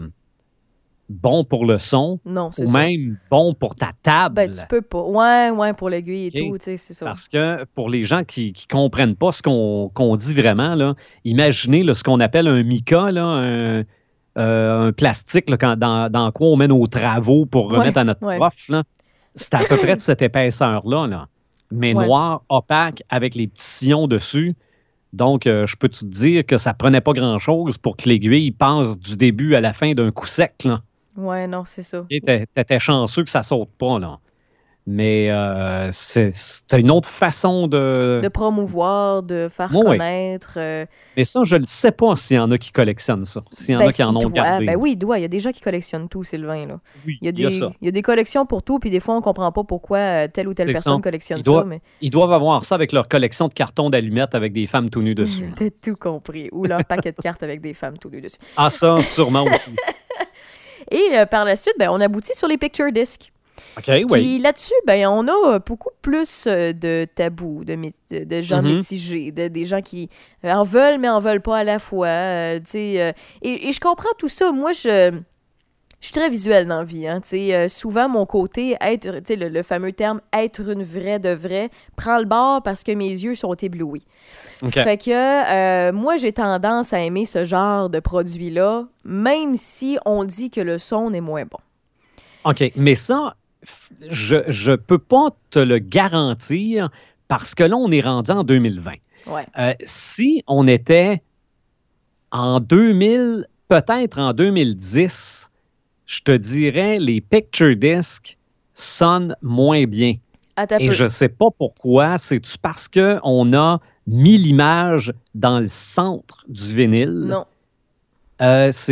bon pour le son, non, ou même bon pour ta table. Ben, tu peux pas. Ouais, pour l'aiguille et tout, tu sais, c'est ça. Parce que pour les gens qui comprennent pas ce qu'on dit vraiment, là, imaginez là, ce qu'on appelle un mica, là, un plastique là, dans quoi on met nos travaux pour remettre à notre prof. Là. C'est à peu près de cette épaisseur-là, là. Mais noir, opaque, avec les petits sillons dessus. Donc, je peux te dire que ça prenait pas grand-chose pour que l'aiguille passe du début à la fin d'un coup sec, là. Ouais, non, c'est ça. T'étais chanceux que ça saute pas, là. Mais c'est une autre façon de promouvoir, de faire connaître. Mais ça, je ne sais pas s'il y en a qui collectionnent ça. S'il y en a qui en ont gardé. Ben oui, il doit. Il y a des gens qui collectionnent tout, Sylvain. Là. Oui, il y a des collections pour tout, puis des fois, on ne comprend pas pourquoi telle ou telle personne collectionne ça. Mais... Ils doivent avoir ça avec leur collection de cartons d'allumettes avec des femmes tout nues dessus. T'as tout compris. Ou leur paquet de cartes avec des femmes tout nues dessus. Ah, ça, sûrement aussi. Et par la suite, on aboutit sur les picture discs. OK, oui. Puis là-dessus, on a beaucoup plus de tabous, de gens mitigés, des gens qui en veulent, mais en veulent pas à la fois. Et je comprends tout ça. Moi, je suis très visuelle dans la vie. Hein, souvent, mon côté, être, le fameux terme « être une vraie de vraie » prend le bord parce que mes yeux sont éblouis. Okay. Fait que moi, j'ai tendance à aimer ce genre de produit-là, même si on dit que le son est moins bon. OK, mais ça, je peux pas te le garantir parce que là, on est rendu en 2020. Ouais. Si on était en 2000, peut-être en 2010, je te dirais les picture discs sonnent moins bien. Et je sais pas pourquoi. C'est-tu parce qu'on a mis l'image dans le centre du vinyle? Non. C'est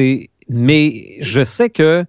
Mais je sais que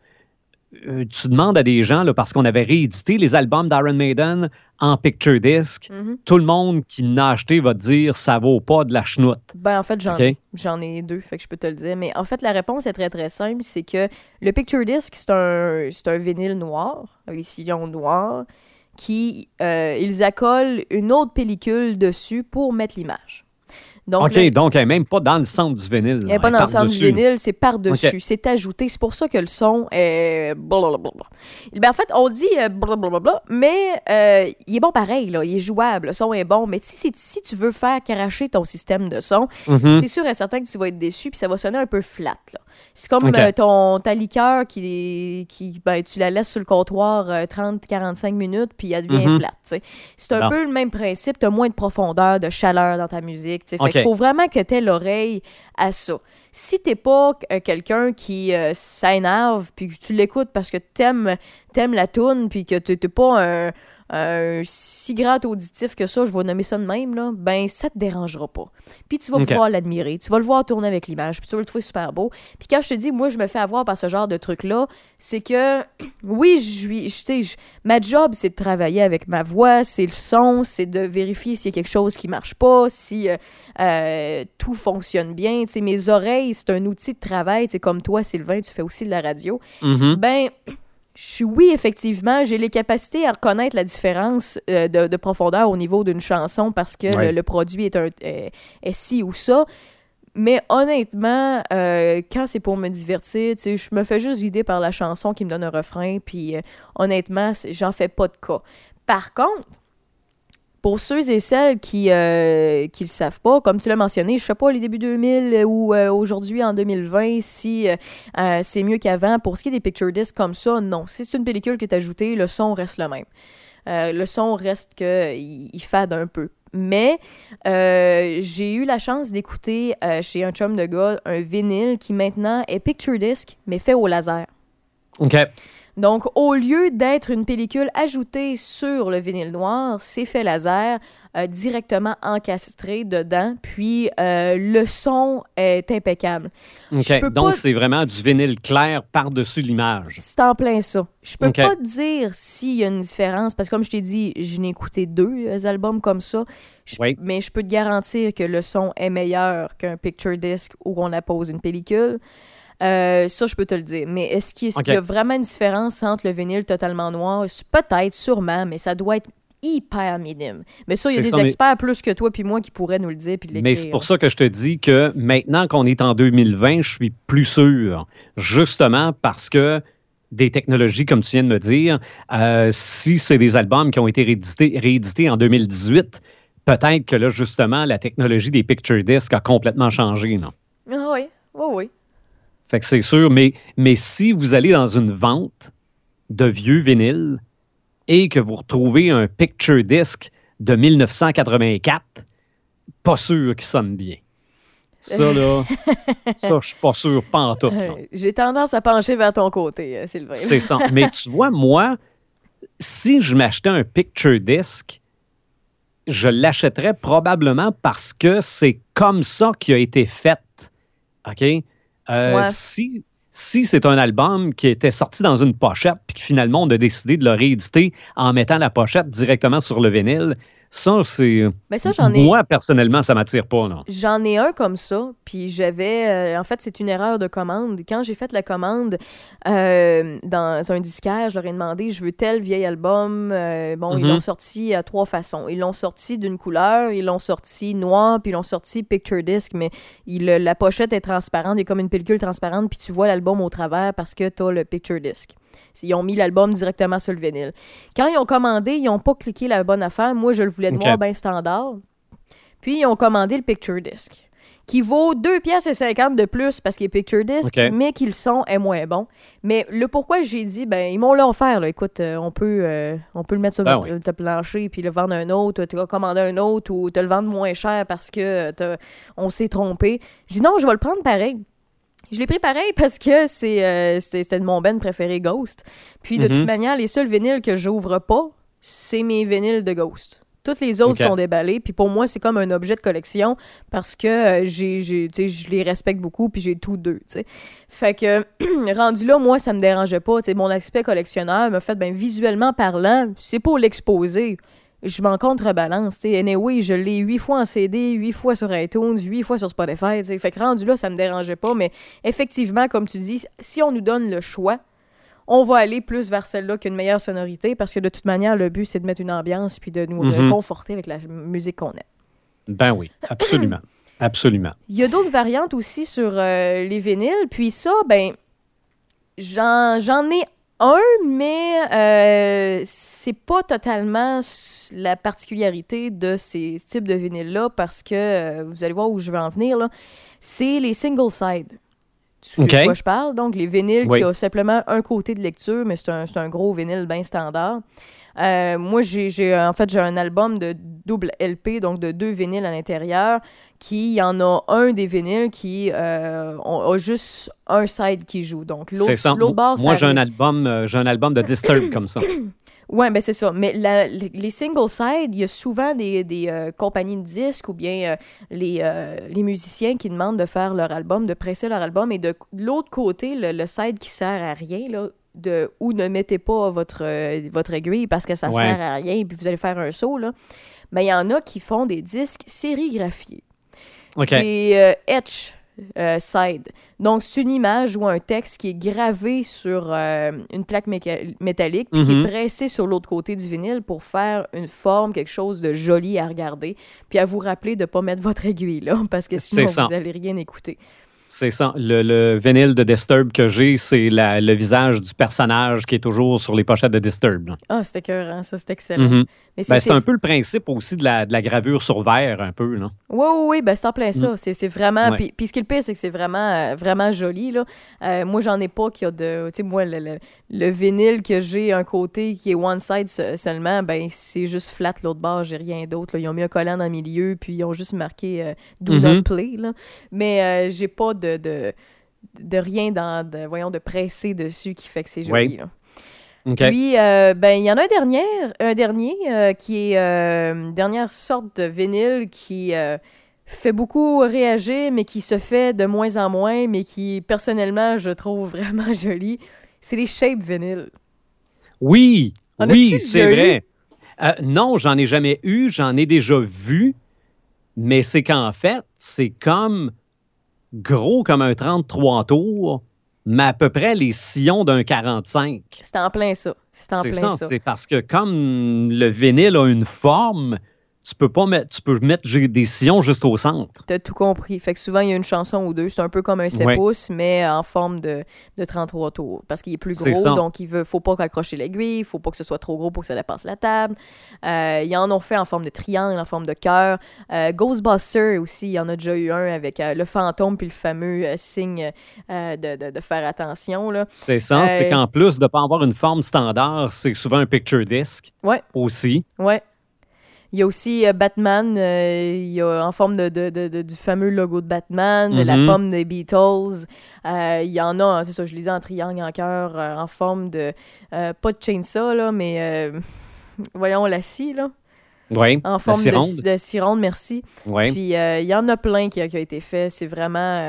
tu demandes à des gens, là, parce qu'on avait réédité les albums d'Iron Maiden en picture disc, tout le monde qui l'a acheté va te dire ça vaut pas de la chenoute. Ben, en fait, j'en ai 2, fait que je peux te le dire. Mais en fait, la réponse est très, très simple. C'est que le picture disc, c'est un vinyle noir, avec des sillons noirs, qui, ils accolent une autre pellicule dessus pour mettre l'image. Donc, donc elle n'est même pas dans le centre du vinyle. Elle n'est pas dans le centre du vinyle, c'est par-dessus. C'est ajouté. C'est pour ça que le son est blablabla. Ben, en fait, on dit blablabla, mais il est bon pareil, là. Il est jouable. Le son est bon. Mais si tu veux faire cracher ton système de son, c'est sûr et certain que tu vas être déçu puis ça va sonner un peu flat, là. C'est comme ta liqueur qui ben, tu la laisses sur le comptoir 30-45 minutes puis elle devient flat. T'sais. C'est un peu le même principe. Tu as moins de profondeur, de chaleur dans ta musique. Fait qu'il faut vraiment que tu aies l'oreille à ça. Si t'es pas quelqu'un qui s'énerve puis que tu l'écoutes parce que t'aimes la toune puis que t'es pas un si grand auditif que ça, je vais nommer ça de même, là, ben ça te dérangera pas. Puis tu vas pouvoir l'admirer, tu vas le voir tourner avec l'image, puis tu vas le trouver super beau. Puis quand je te dis, moi, je me fais avoir par ce genre de truc-là, c'est que, oui, ma job, c'est de travailler avec ma voix, c'est le son, c'est de vérifier s'il y a quelque chose qui marche pas, si tout fonctionne bien. Tu sais, mes oreilles, c'est un outil de travail, tu sais, comme toi, Sylvain, tu fais aussi de la radio. Ben... Oui, effectivement, j'ai les capacités à reconnaître la différence de profondeur au niveau d'une chanson parce que le produit est ci ou ça. Mais honnêtement, quand c'est pour me divertir, je me fais juste guider par la chanson qui me donne un refrain, puis honnêtement, j'en fais pas de cas. Par contre, pour ceux et celles qui le savent pas, comme tu l'as mentionné, je sais pas, les débuts 2000 ou aujourd'hui en 2020, si c'est mieux qu'avant. Pour ce qui est des picture discs comme ça, non. Si c'est une pellicule qui est ajoutée, le son reste le même. Le son reste il fade un peu. Mais j'ai eu la chance d'écouter chez un chum de gars un vinyle qui maintenant est picture disc, mais fait au laser. OK. Donc, au lieu d'être une pellicule ajoutée sur le vinyle noir, c'est fait laser, directement encastré dedans, puis le son est impeccable. OK, donc c'est vraiment du vinyle clair par-dessus l'image. C'est en plein ça. Je peux pas te dire s'il y a une différence, parce que comme je t'ai dit, je n'ai écouté 2 albums comme ça, mais je peux te garantir que le son est meilleur qu'un picture disc où on appose une pellicule. Ça, je peux te le dire. Mais est-ce qu'il y a vraiment une différence entre le vinyle totalement noir? Peut-être, sûrement, mais ça doit être hyper minime. Mais ça, il y a des experts plus que toi puis moi qui pourraient nous le dire puis l'écrire. Mais c'est pour ça que je te dis que maintenant qu'on est en 2020, je suis plus sûr. Justement parce que des technologies, comme tu viens de me dire, si c'est des albums qui ont été réédités en 2018, peut-être que là, justement, la technologie des picture discs a complètement changé, non? Ah oui. Fait que c'est sûr, mais si vous allez dans une vente de vieux vinyles et que vous retrouvez un picture disc de 1984, pas sûr qu'il sonne bien. Ça, là, ça, je suis pas sûr, pas en tout. J'ai tendance à pencher vers ton côté, Sylvain. C'est ça. Mais tu vois, moi, si je m'achetais un picture disc, je l'achèterais probablement parce que c'est comme ça qu'il a été fait. OK? Si c'est un album qui était sorti dans une pochette puis que finalement on a décidé de le rééditer en mettant la pochette directement sur le vinyle, ça, c'est... Ben ça, moi, personnellement, ça m'attire pas, non. J'en ai un comme ça, puis j'avais... en fait, c'est une erreur de commande. Quand j'ai fait la commande dans un disquaire, je leur ai demandé, je veux tel vieil album. Ils l'ont sorti à 3 façons. Ils l'ont sorti d'une couleur, ils l'ont sorti noir, puis ils l'ont sorti picture disc, mais la pochette est transparente, il y a comme une pellicule transparente, puis tu vois l'album au travers parce que t'as le picture disc. Ils ont mis l'album directement sur le vinyle. Quand ils ont commandé, ils n'ont pas cliqué la bonne affaire. Moi, je le voulais noir bien standard. Puis, ils ont commandé le picture disc, qui vaut 2,50$ de plus parce qu'il est picture disc, mais que le son est moins bon. Mais le pourquoi j'ai dit, ils m'ont offert. Là, écoute, on peut le mettre sur le plancher puis le vendre un autre. Tu vas commander un autre ou te le vendre moins cher parce que on s'est trompé. J'ai dit non, je vais le prendre pareil. Je l'ai pris pareil parce que c'était mon band préféré, Ghost. Puis de toute manière, les seuls vinyles que j'ouvre pas, c'est mes vinyles de Ghost. Toutes les autres sont déballées. Puis pour moi, c'est comme un objet de collection parce que je les respecte beaucoup puis j'ai tout d'eux. T'sais. Fait que rendu là, moi, ça me dérangeait pas. T'sais, mon aspect collectionneur m'a fait, visuellement parlant, c'est pour l'exposer. Je m'en contrebalance. Anyway, je l'ai 8 fois en CD, 8 fois sur iTunes, 8 fois sur Spotify. T'sais. Fait que rendu là, ça me dérangeait pas. Mais effectivement, comme tu dis, si on nous donne le choix, on va aller plus vers celle-là qu'une meilleure sonorité parce que de toute manière, le but, c'est de mettre une ambiance puis de nous réconforter avec la musique qu'on aime. Ben oui, absolument. Absolument. Il y a d'autres variantes aussi sur les vinyles. Puis ça, j'en ai un, mais c'est pas totalement la particularité de ces types de vinyles-là parce que, vous allez voir où je veux en venir, là, c'est les single side. Tu sais de quoi je parle? Donc, les vinyles qui ont simplement un côté de lecture, mais c'est un gros vinyle bien standard. Moi, j'ai un album de double LP, donc de 2 vinyles à l'intérieur, qui y en a un des vinyles qui a juste un side qui joue. Donc, l'autre bord, moi, j'ai un album de Disturbed comme ça. Oui, c'est ça. Mais les single side, il y a souvent des compagnies de disques ou bien les musiciens qui demandent de faire leur album, de presser leur album. Et de l'autre côté, le side qui sert à rien, là, où ne mettez pas votre aiguille parce que ça sert à rien et puis vous allez faire un saut, là. Mais il y en a qui font des disques sérigraphiés. Des etch side. Donc, c'est une image ou un texte qui est gravé sur une plaque métallique puis qui est pressé sur l'autre côté du vinyle pour faire une forme, quelque chose de joli à regarder puis à vous rappeler de ne pas mettre votre aiguille là parce que sinon, vous n'allez rien écouter. C'est ça. Le vinyle de Disturbed que j'ai, c'est le visage du personnage qui est toujours sur les pochettes de Disturbed. Ah, c'est écœurant, ça, c'est excellent. Mais c'est un peu le principe aussi de la gravure sur verre, un peu, là. Oui, c'est en plein ça. C'est vraiment... Puis ce qui est le pire, c'est que c'est vraiment, vraiment joli, là. Moi, j'en ai pas qui a de... Tu sais, moi, le vinyle que j'ai, un côté qui est one side seulement, c'est juste flat l'autre bord, j'ai rien d'autre. Là. Ils ont mis un collant dans le milieu, puis ils ont juste marqué « Do not play », là. Mais j'ai pas de rien de pressé dessus qui fait que c'est joli. Là. Puis, il y en a un dernier qui est une dernière sorte de vinyle qui fait beaucoup réagir, mais qui se fait de moins en moins, mais qui, personnellement, je trouve vraiment joli. C'est les Shape vinyles. Oui, c'est vrai. Non, j'en ai jamais eu, j'en ai déjà vu, mais c'est qu'en fait, c'est comme gros comme un 33 tours, mais à peu près les sillons d'un 45. C'est en plein ça. C'est parce que comme le vinyle a une forme, tu peux mettre des sillons juste au centre. T'as tout compris. Fait que souvent, il y a une chanson ou deux. C'est un peu comme un 7 pouces, mais en forme de 33 tours. Parce qu'il est plus gros, donc faut pas accrocher l'aiguille, il faut pas que ce soit trop gros pour que ça dépasse la table. Ils en ont fait en forme de triangle, en forme de cœur. Ghostbusters aussi, il y en a déjà eu un avec le fantôme puis le fameux signe de faire attention. Là. C'est ça. C'est qu'en plus de pas avoir une forme standard, c'est souvent un picture disc aussi. Ouais. Il y a aussi Batman, il y a en forme du fameux logo de Batman, de la pomme des Beatles. Il y en a, c'est ça, je lisais en triangle, en cœur, en forme de... pas de chainsaw, là, mais voyons, la scie, là. Oui, en forme de scie ronde, merci. Oui. Puis il y en a plein qui a été fait. C'est vraiment...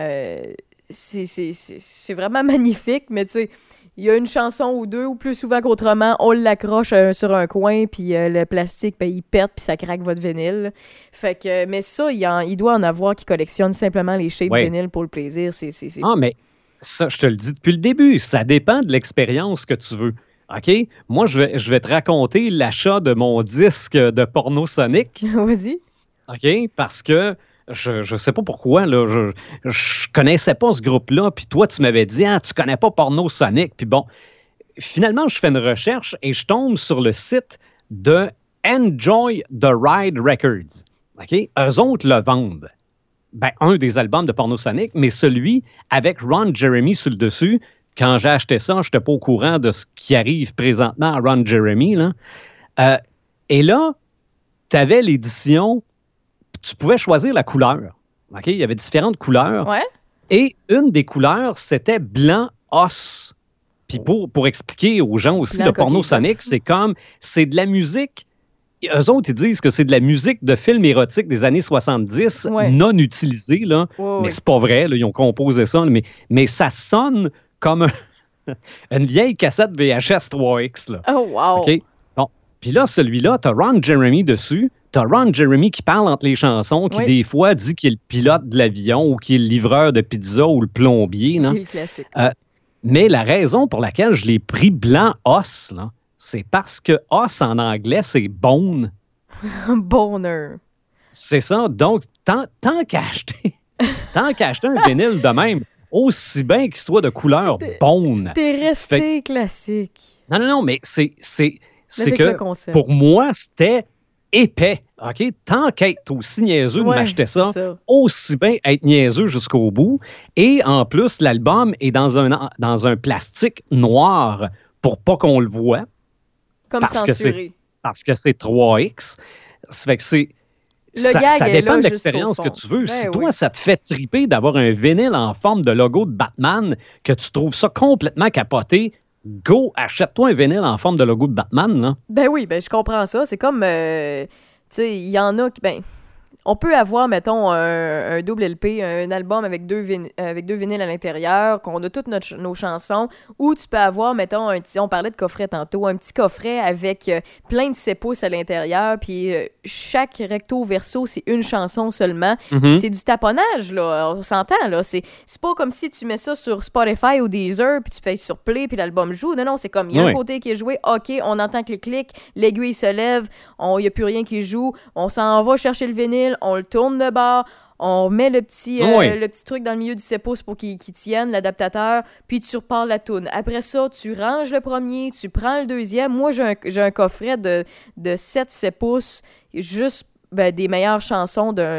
c'est vraiment magnifique, mais tu sais... Il y a une chanson ou deux, ou plus souvent qu'autrement, on l'accroche sur un coin, puis le plastique, il pète, puis ça craque votre vinyle. Fait que, mais ça, il doit en avoir qui collectionnent simplement les shapes vinyle pour le plaisir. Ah, mais ça, je te le dis depuis le début, ça dépend de l'expérience que tu veux. OK? Moi, je vais te raconter l'achat de mon disque de Porno Sonic. Vas-y. OK? Parce que je sais pas pourquoi, là, je connaissais pas ce groupe-là, puis toi, tu m'avais dit, tu connais pas Porno Sonic, puis bon, finalement, je fais une recherche et je tombe sur le site de Enjoy the Ride Records. OK? Eux autres le vendent. Un des albums de Porno Sonic, mais celui avec Ron Jeremy sur le dessus. Quand j'ai acheté ça, je n'étais pas au courant de ce qui arrive présentement à Ron Jeremy, là. Et là, tu avais l'édition... Tu pouvais choisir la couleur. Okay? Il y avait différentes couleurs. Ouais. Et une des couleurs, c'était blanc os. Puis pour expliquer aux gens aussi, le Porno Sonic, c'est de la musique eux autres, ils disent que c'est de la musique de film érotique des années 70, non utilisée, là. Mais c'est pas vrai, là, ils ont composé ça, mais ça sonne comme une vieille cassette VHS 3X, là. Oh, wow! OK? Bon. Puis là, celui-là, t'as Ron Jeremy dessus. T'as Ron Jeremy qui parle entre les chansons, qui des fois dit qu'il est le pilote de l'avion ou qu'il est le livreur de pizza ou le plombier. C'est le classique. Mais la raison pour laquelle je l'ai pris blanc os, là, c'est parce que os en anglais, c'est bone. Boner. C'est ça. Donc, tant qu'à acheter un vinyle de même, aussi bien qu'il soit de couleur bone. T'es resté classique. Non, mais c'est que pour moi, c'était épais. OK? Tant qu'être aussi niaiseux de m'acheter ça, aussi bien être niaiseux jusqu'au bout. Et en plus, l'album est dans un plastique noir pour pas qu'on le voit. Comme censuré. Parce que c'est 3X. Ça fait que c'est... Ça dépend de l'expérience que tu veux. Si toi, ça te fait triper d'avoir un vinyle en forme de logo de Batman, que tu trouves ça complètement capoté, go, achète-toi un vinyle en forme de logo de Batman, là. Ben oui, je comprends ça. C'est comme, tu sais, il y en a qui, on peut avoir, mettons, un double LP, un album avec deux vinyles à l'intérieur, qu'on a toutes nos chansons, ou tu peux avoir, mettons, on parlait de coffret tantôt, un petit coffret avec plein de 7 pouces à l'intérieur, puis chaque recto-verso, c'est une chanson seulement. Mm-hmm. C'est du taponnage, là, on s'entend, là. C'est pas comme si tu mets ça sur Spotify ou Deezer, puis tu fais sur Play, puis l'album joue. Non, c'est comme, il y a un côté qui est joué, OK, on entend que les clics, l'aiguille se lève, il n'y a plus rien qui joue, on s'en va chercher le vinyle, on le tourne de bord, on met le petit truc dans le milieu du 7 pouces pour qu'il tienne, l'adaptateur, puis tu repars la toune. Après ça, tu ranges le premier, tu prends le deuxième. Moi, j'ai un coffret de 7 pouces, juste des meilleures chansons d'un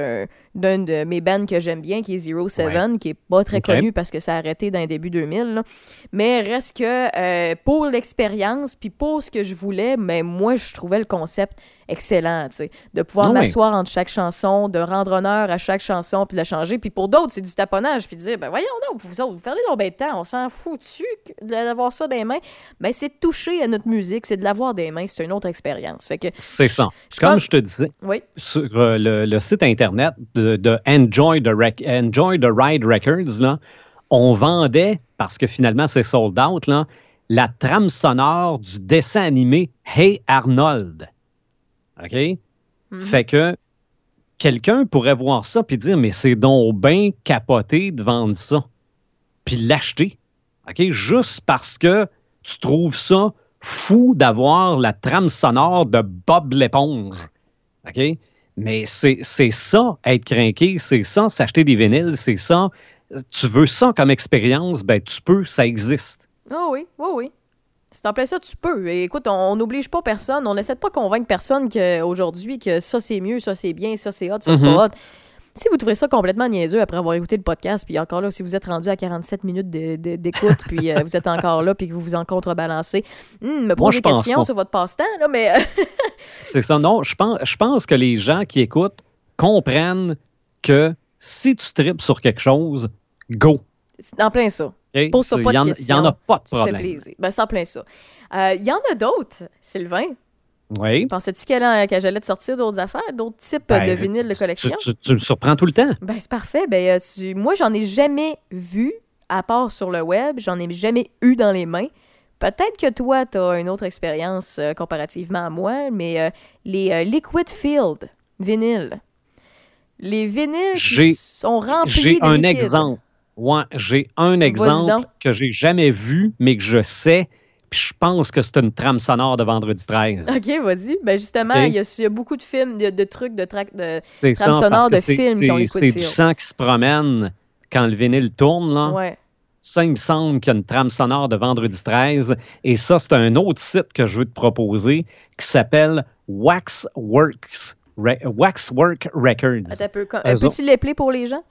de mes bands que j'aime bien, qui est Zero Seven, qui est pas très connu parce que ça a arrêté dans les débuts 2000. Là. Mais reste que pour l'expérience, puis pour ce que je voulais, moi, je trouvais le concept excellent, tu sais, de pouvoir m'asseoir entre chaque chanson, de rendre honneur à chaque chanson, puis de la changer. Puis pour d'autres, c'est du taponnage, puis de dire, voyons donc, vous perdez combien de temps, on s'en fout dessus d'avoir ça dans les mains. C'est de toucher à notre musique, c'est de l'avoir des mains, c'est une autre expérience. Fait que, c'est ça. Comme je te disais, sur le site Internet de Enjoy the Ride Records, là, on vendait, parce que finalement c'est sold out, là, la trame sonore du dessin animé Hey Arnold. OK? Mm-hmm. Fait que quelqu'un pourrait voir ça puis dire, mais c'est donc bien capoté de vendre ça. Puis l'acheter. OK? Juste parce que tu trouves ça fou d'avoir la trame sonore de Bob l'éponge. OK? Mais c'est ça, être crinqué, c'est ça, s'acheter des vinyles, c'est ça. Tu veux ça comme expérience, tu peux, ça existe. Oh oui. C'est en plein ça, tu peux. Et écoute, on n'oblige pas personne, on n'essaie pas de convaincre personne qu'aujourd'hui, que ça c'est mieux, ça c'est bien, ça c'est hot, ça c'est pas hot. Si vous trouvez ça complètement niaiseux après avoir écouté le podcast, puis encore là, si vous êtes rendu à 47 minutes d'écoute, puis vous êtes encore là, puis que vous vous en contrebalancez, me posez des questions sur votre passe-temps, là, mais... C'est ça, non, je pense que les gens qui écoutent comprennent que si tu tripes sur quelque chose, go! C'est en plein ça. Okay? Pose-toi pas de questions. Il n'y en a pas de problème. Ça fait plaisir. C'est en plein ça. Il y en a d'autres, Sylvain. Oui. Pensais-tu que j'allais te sortir d'autres affaires, d'autres types de vinyles de collection? Tu me surprends tout le temps. C'est parfait. Moi, j'en ai jamais vu, à part sur le web. J'en ai jamais eu dans les mains. Peut-être que toi, tu as une autre expérience comparativement à moi, mais les Liquid Field vinyles. Les vinyles qui sont remplis de J'ai un liquide. exemple. Ouais, j'ai un exemple que j'ai jamais vu, mais que je sais. Puis je pense que c'est une trame sonore de Vendredi 13. OK, vas-y. Justement, il y a beaucoup de films, de trucs, de trames sonores de films qui ont Liquid C'est Field. du sang qui se promène quand le vinyle tourne, là. Ouais. Ça, il me semble qu'il y a une trame sonore de Vendredi 13. Et ça, c'est un autre site que je veux te proposer qui s'appelle Waxwork Records. Attends un peu. Peux-tu l'appeler pour les gens?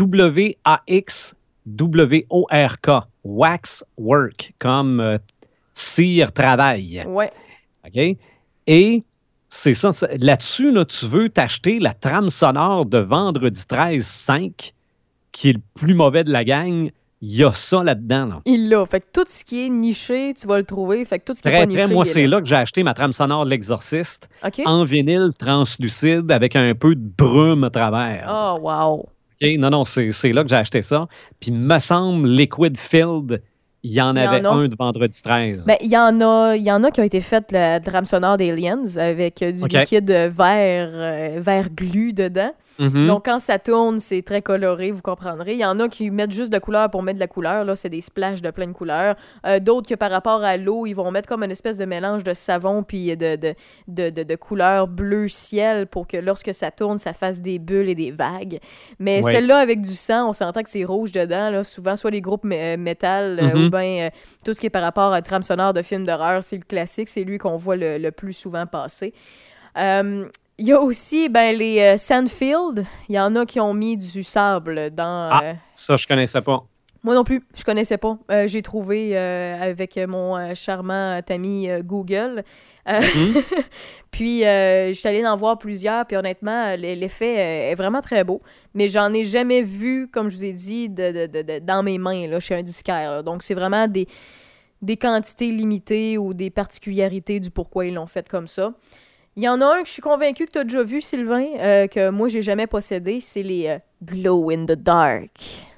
WAXWORK. Waxwork, comme cire travail. Ouais. OK? Et c'est ça. Là-dessus, là, tu veux t'acheter la trame sonore de Vendredi 13 5, qui est le plus mauvais de la gang. il y a ça là-dedans. Là. Il l'a. Fait que tout ce qui est niché, tu vas le trouver. Fait que tout ce qui est Très, pas niché, moi, il est c'est là que j'ai acheté ma trame sonore de l'Exorciste OK. en vinyle translucide avec un peu de brume à travers. Oh, wow. OK? Non, c'est là que j'ai acheté ça. Puis, me semble, Liquid Filled, il y en avait un de vendredi 13. Ben, il y en a qui ont été faites la trame sonore d'Aliens avec du liquide vert glu dedans. Mm-hmm. Donc, quand ça tourne, c'est très coloré, vous comprendrez. Il y en a qui mettent juste de couleur pour mettre de la couleur. Là, c'est des splashes de plein de couleurs. D'autres que par rapport à l'eau, ils vont mettre comme une espèce de mélange de savon puis de couleur bleu ciel pour que lorsque ça tourne, ça fasse des bulles et des vagues. Mais celle-là, avec du sang, on s'entend que c'est rouge dedans. Là. Souvent, soit les groupes métal ou bien tout ce qui est par rapport à trame sonore de films d'horreur, c'est le classique. C'est lui qu'on voit le plus souvent passer. Il y a aussi les Sandfield. Il y en a qui ont mis du sable dans... ça, je connaissais pas. Moi non plus, je connaissais pas. J'ai trouvé avec mon charmant ami Google. Puis, je suis allée en voir plusieurs, puis honnêtement, l'effet est vraiment très beau. Mais j'en ai jamais vu, comme je vous ai dit, dans mes mains, là, chez un disquaire. Là. Donc, c'est vraiment des quantités limitées ou des particularités du pourquoi ils l'ont fait comme ça. Il y en a un que je suis convaincue que tu as déjà vu, Sylvain, que moi, j'ai jamais possédé. C'est les Glow in the Dark.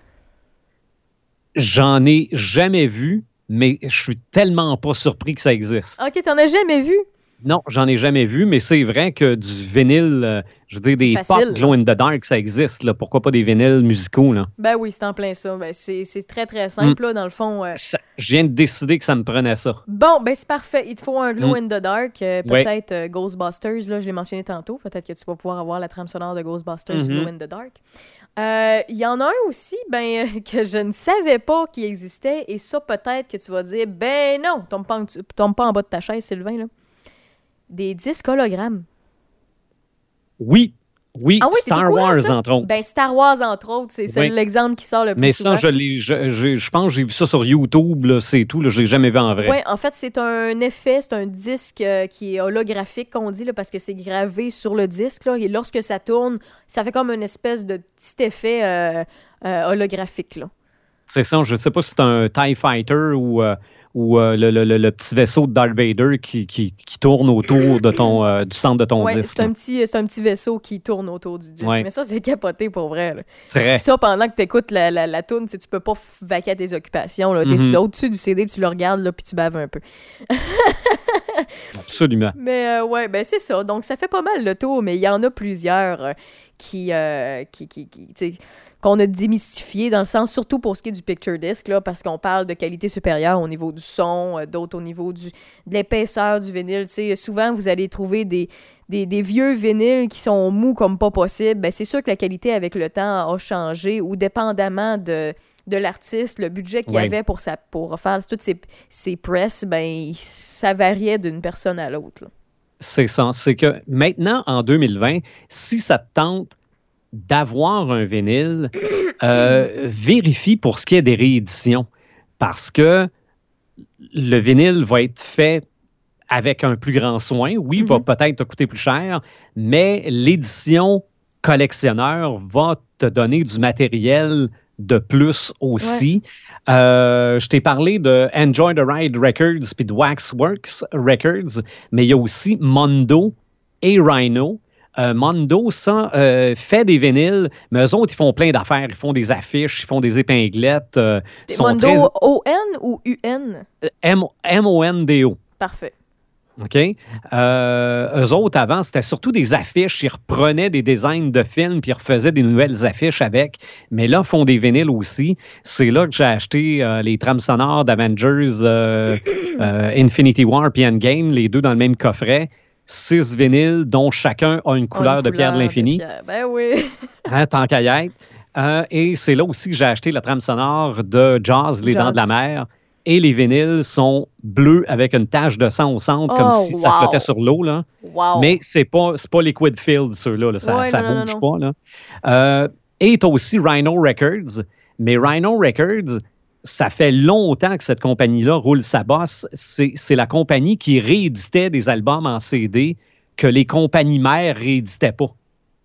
J'en ai jamais vu, mais je suis tellement pas surpris que ça existe. OK, t'en as jamais vu? Non, j'en ai jamais vu, mais c'est vrai que du vinyle, je veux dire, des facile, pop Glow in the Dark, ça existe. Là. Pourquoi pas des vinyles musicaux? Là? Ben oui, c'est en plein ça. Ben, c'est très, très simple, là, dans le fond. Je viens de décider que ça me prenait ça. Bon, ben c'est parfait. Il te faut un Glow in the Dark. Peut-être Ghostbusters, là, je l'ai mentionné tantôt. Peut-être que tu vas pouvoir avoir la trame sonore de Ghostbusters Glow in the Dark. Il y en a un aussi que je ne savais pas qu'il existait. Et ça, peut-être que tu vas dire, ben non, tombe pas en bas de ta chaise, Sylvain, là. Des disques hologrammes. Oui, Star Wars, entre autres. Ben, Star Wars, entre autres, c'est l'exemple qui sort le plus souvent. Mais ça, je pense que j'ai vu ça sur YouTube, là, c'est tout, là, je l'ai jamais vu en vrai. Oui, en fait, c'est un effet, c'est un disque qui est holographique, qu'on dit, là, parce que c'est gravé sur le disque, là, et lorsque ça tourne, ça fait comme une espèce de petit effet holographique, là. C'est ça, je ne sais pas si c'est un TIE Fighter ou le petit vaisseau de Darth Vader qui tourne autour de du centre de ton disque. C'est un petit vaisseau qui tourne autour du disque. Ouais. Mais ça, c'est capoté pour vrai. Là. Très. Ça, pendant que tu écoutes la toune, tu peux pas vaquer à tes occupations. Tu es au-dessus du CD, puis tu le regardes, là, puis tu baves un peu. Absolument. Mais ben c'est ça. Donc, ça fait pas mal le tour, mais il y en a plusieurs qu'on a démystifié dans le sens, surtout pour ce qui est du picture disc, là, parce qu'on parle de qualité supérieure au niveau du son, d'autres au niveau de l'épaisseur du vinyle. T'sais, souvent, vous allez trouver des vieux vinyles qui sont mous comme pas possible. Ben, c'est sûr que la qualité avec le temps a changé ou dépendamment de l'artiste, le budget qu'il avait pour faire toutes ces presses, ben, ça variait d'une personne à l'autre. Là. C'est ça. C'est que maintenant, en 2020, si ça te tente d'avoir un vinyle, vérifie pour ce qui est des rééditions. Parce que le vinyle va être fait avec un plus grand soin. Oui, il va peut-être te coûter plus cher, mais l'édition collectionneur va te donner du matériel de plus aussi. Ouais. Je t'ai parlé de Enjoy the Ride Records puis de Waxworks Records, mais il y a aussi Mondo et Rhino. Mondo, ça, fait des vinyles, mais eux autres, ils font plein d'affaires. Ils font des affiches, ils font des épinglettes. Mondo, O-N ou U-N? M-O-N-D-O. Parfait. OK? Eux autres, avant, c'était surtout des affiches. Ils reprenaient des designs de films puis ils refaisaient des nouvelles affiches avec. Mais là, ils font des vinyles aussi. C'est là que j'ai acheté les trames sonores d'Avengers Infinity War puis Endgame, les deux dans le même coffret. 6 vinyles, dont chacun a une couleur de pierre de l'infini. Ben oui. Tant qu'à y être. Et c'est là aussi que j'ai acheté la trame sonore de Jaws, Les Dents de la Mer. Et les vinyles sont bleus avec une tache de sang au centre, comme si ça flottait sur l'eau. Là. Wow. Mais c'est pas Liquid Filled, ceux-là. Là. Ça bouge pas. Là. Et tu as aussi Rhino Records. Mais Rhino Records, ça fait longtemps que cette compagnie-là roule sa bosse. C'est la compagnie qui rééditait des albums en CD que les compagnies mères rééditaient pas.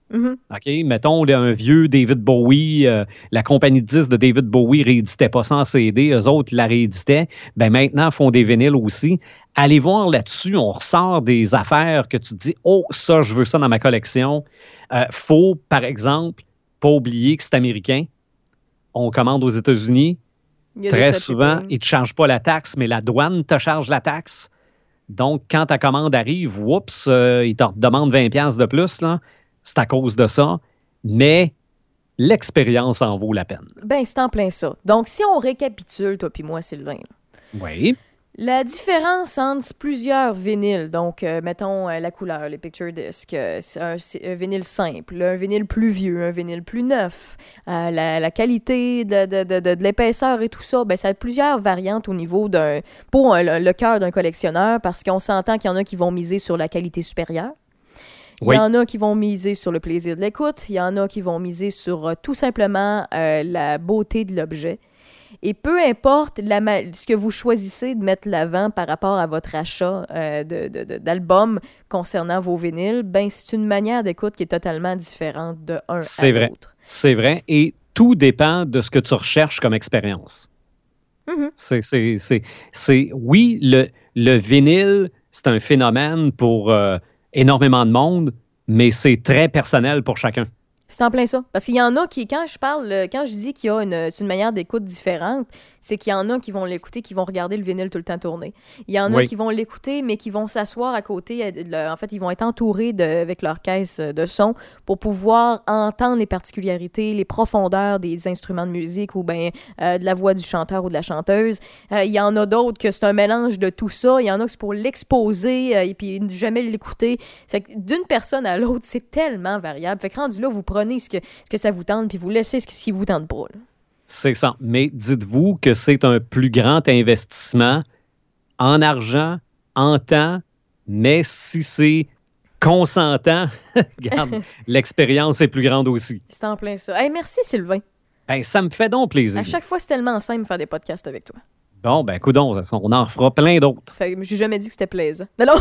OK? Mettons un vieux David Bowie, la compagnie de disques de David Bowie rééditait pas ça en CD, eux autres la rééditaient. Ben maintenant, font des vinyles aussi. Allez voir là-dessus, on ressort des affaires que tu te dis, oh, ça, je veux ça dans ma collection. Faut, par exemple, pas oublier que c'est américain. On commande aux États-Unis. Très souvent, ils ne te chargent pas la taxe, mais la douane te charge la taxe. Donc, quand ta commande arrive, oups, ils te demandent 20$ de plus, là. C'est à cause de ça. Mais l'expérience en vaut la peine. Ben, c'est en plein ça. Donc, si on récapitule, toi puis moi, Sylvain. Là. Oui. La différence entre plusieurs vinyles, donc mettons la couleur, les picture discs, un vinyle simple, un vinyle plus vieux, un vinyle plus neuf, la qualité de l'épaisseur et tout ça, ben ça a plusieurs variantes au niveau pour le cœur d'un collectionneur, parce qu'on s'entend qu'il y en a qui vont miser sur la qualité supérieure. Il y en a qui vont miser sur le plaisir de l'écoute, il y en a qui vont miser sur tout simplement la beauté de l'objet. Et peu importe ce que vous choisissez de mettre l'avant par rapport à votre achat d'albums concernant vos vinyles, ben c'est une manière d'écoute qui est totalement différente de un à l'autre. C'est vrai. Et tout dépend de ce que tu recherches comme expérience. Oui, le vinyle, c'est un phénomène pour énormément de monde, mais c'est très personnel pour chacun. C'est en plein ça. Parce qu'il y en a qui, quand je dis qu'il y a une manière d'écoute différente, c'est qu'il y en a qui vont l'écouter, qui vont regarder le vinyle tout le temps tourner. Il y en a qui vont l'écouter, mais qui vont s'asseoir à côté. En fait, ils vont être entourés avec leur caisse de son pour pouvoir entendre les particularités, les profondeurs des instruments de musique ou bien de la voix du chanteur ou de la chanteuse. Il y en a d'autres que c'est un mélange de tout ça. Il y en a que c'est pour l'exposer et puis jamais l'écouter. Fait que d'une personne à l'autre, c'est tellement variable. Fait que rendu là, vous prenez ce que ça vous tente puis vous laissez ce qui vous tente pas. Là. C'est ça. Mais dites-vous que c'est un plus grand investissement en argent, en temps, mais si c'est consentant, regarde, l'expérience est plus grande aussi. C'est en plein ça. Hey, merci Sylvain. Ben, ça me fait donc plaisir. À chaque fois, c'est tellement simple de faire des podcasts avec toi. Bon, ben, coudonc, on en refera plein d'autres. Fait que j'ai jamais dit que c'était plaisant.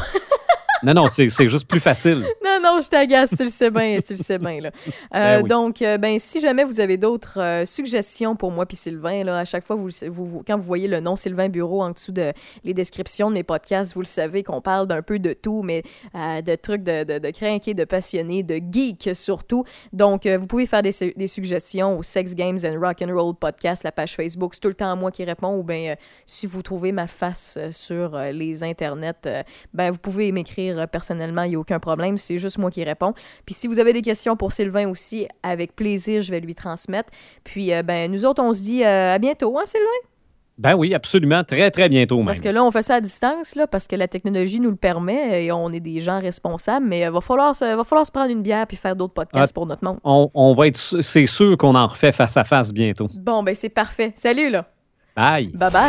Non, c'est juste plus facile. Non, je t'agace, tu le sais bien, là. Oui. Donc, si jamais vous avez d'autres suggestions pour moi puis Sylvain, là, à chaque fois, quand vous voyez le nom Sylvain Bureau en dessous les descriptions de mes podcasts, vous le savez qu'on parle d'un peu de tout, mais de trucs de crinqués, de passionnés, de geeks surtout. Donc, vous pouvez faire des suggestions au Sex Games and Rock'n'Roll Podcast, la page Facebook. C'est tout le temps moi qui réponds, ou bien si vous trouvez ma face sur les internets, vous pouvez m'écrire personnellement, il n'y a aucun problème, c'est juste moi qui réponds. Puis si vous avez des questions pour Sylvain aussi, avec plaisir, je vais lui transmettre. Puis nous autres, on se dit à bientôt, hein Sylvain? Ben oui, absolument, très très bientôt même. Parce que là, on fait ça à distance, là, parce que la technologie nous le permet et on est des gens responsables, mais il va falloir se prendre une bière puis faire d'autres podcasts pour notre monde. On va être, c'est sûr qu'on en refait face à face bientôt. Bon, c'est parfait. Salut là! Bye! Bye bye!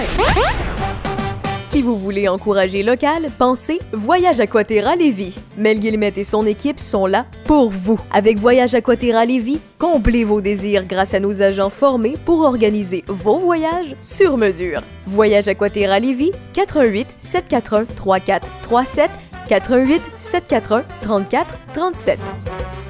Si vous voulez encourager local, pensez Voyage Aquaterra Lévis. Mel Guillemette et son équipe sont là pour vous. Avec Voyage Aquaterra Lévis, comblez vos désirs grâce à nos agents formés pour organiser vos voyages sur mesure. Voyage Aquaterra Lévis, 88 741 3437, 88 741 34 37.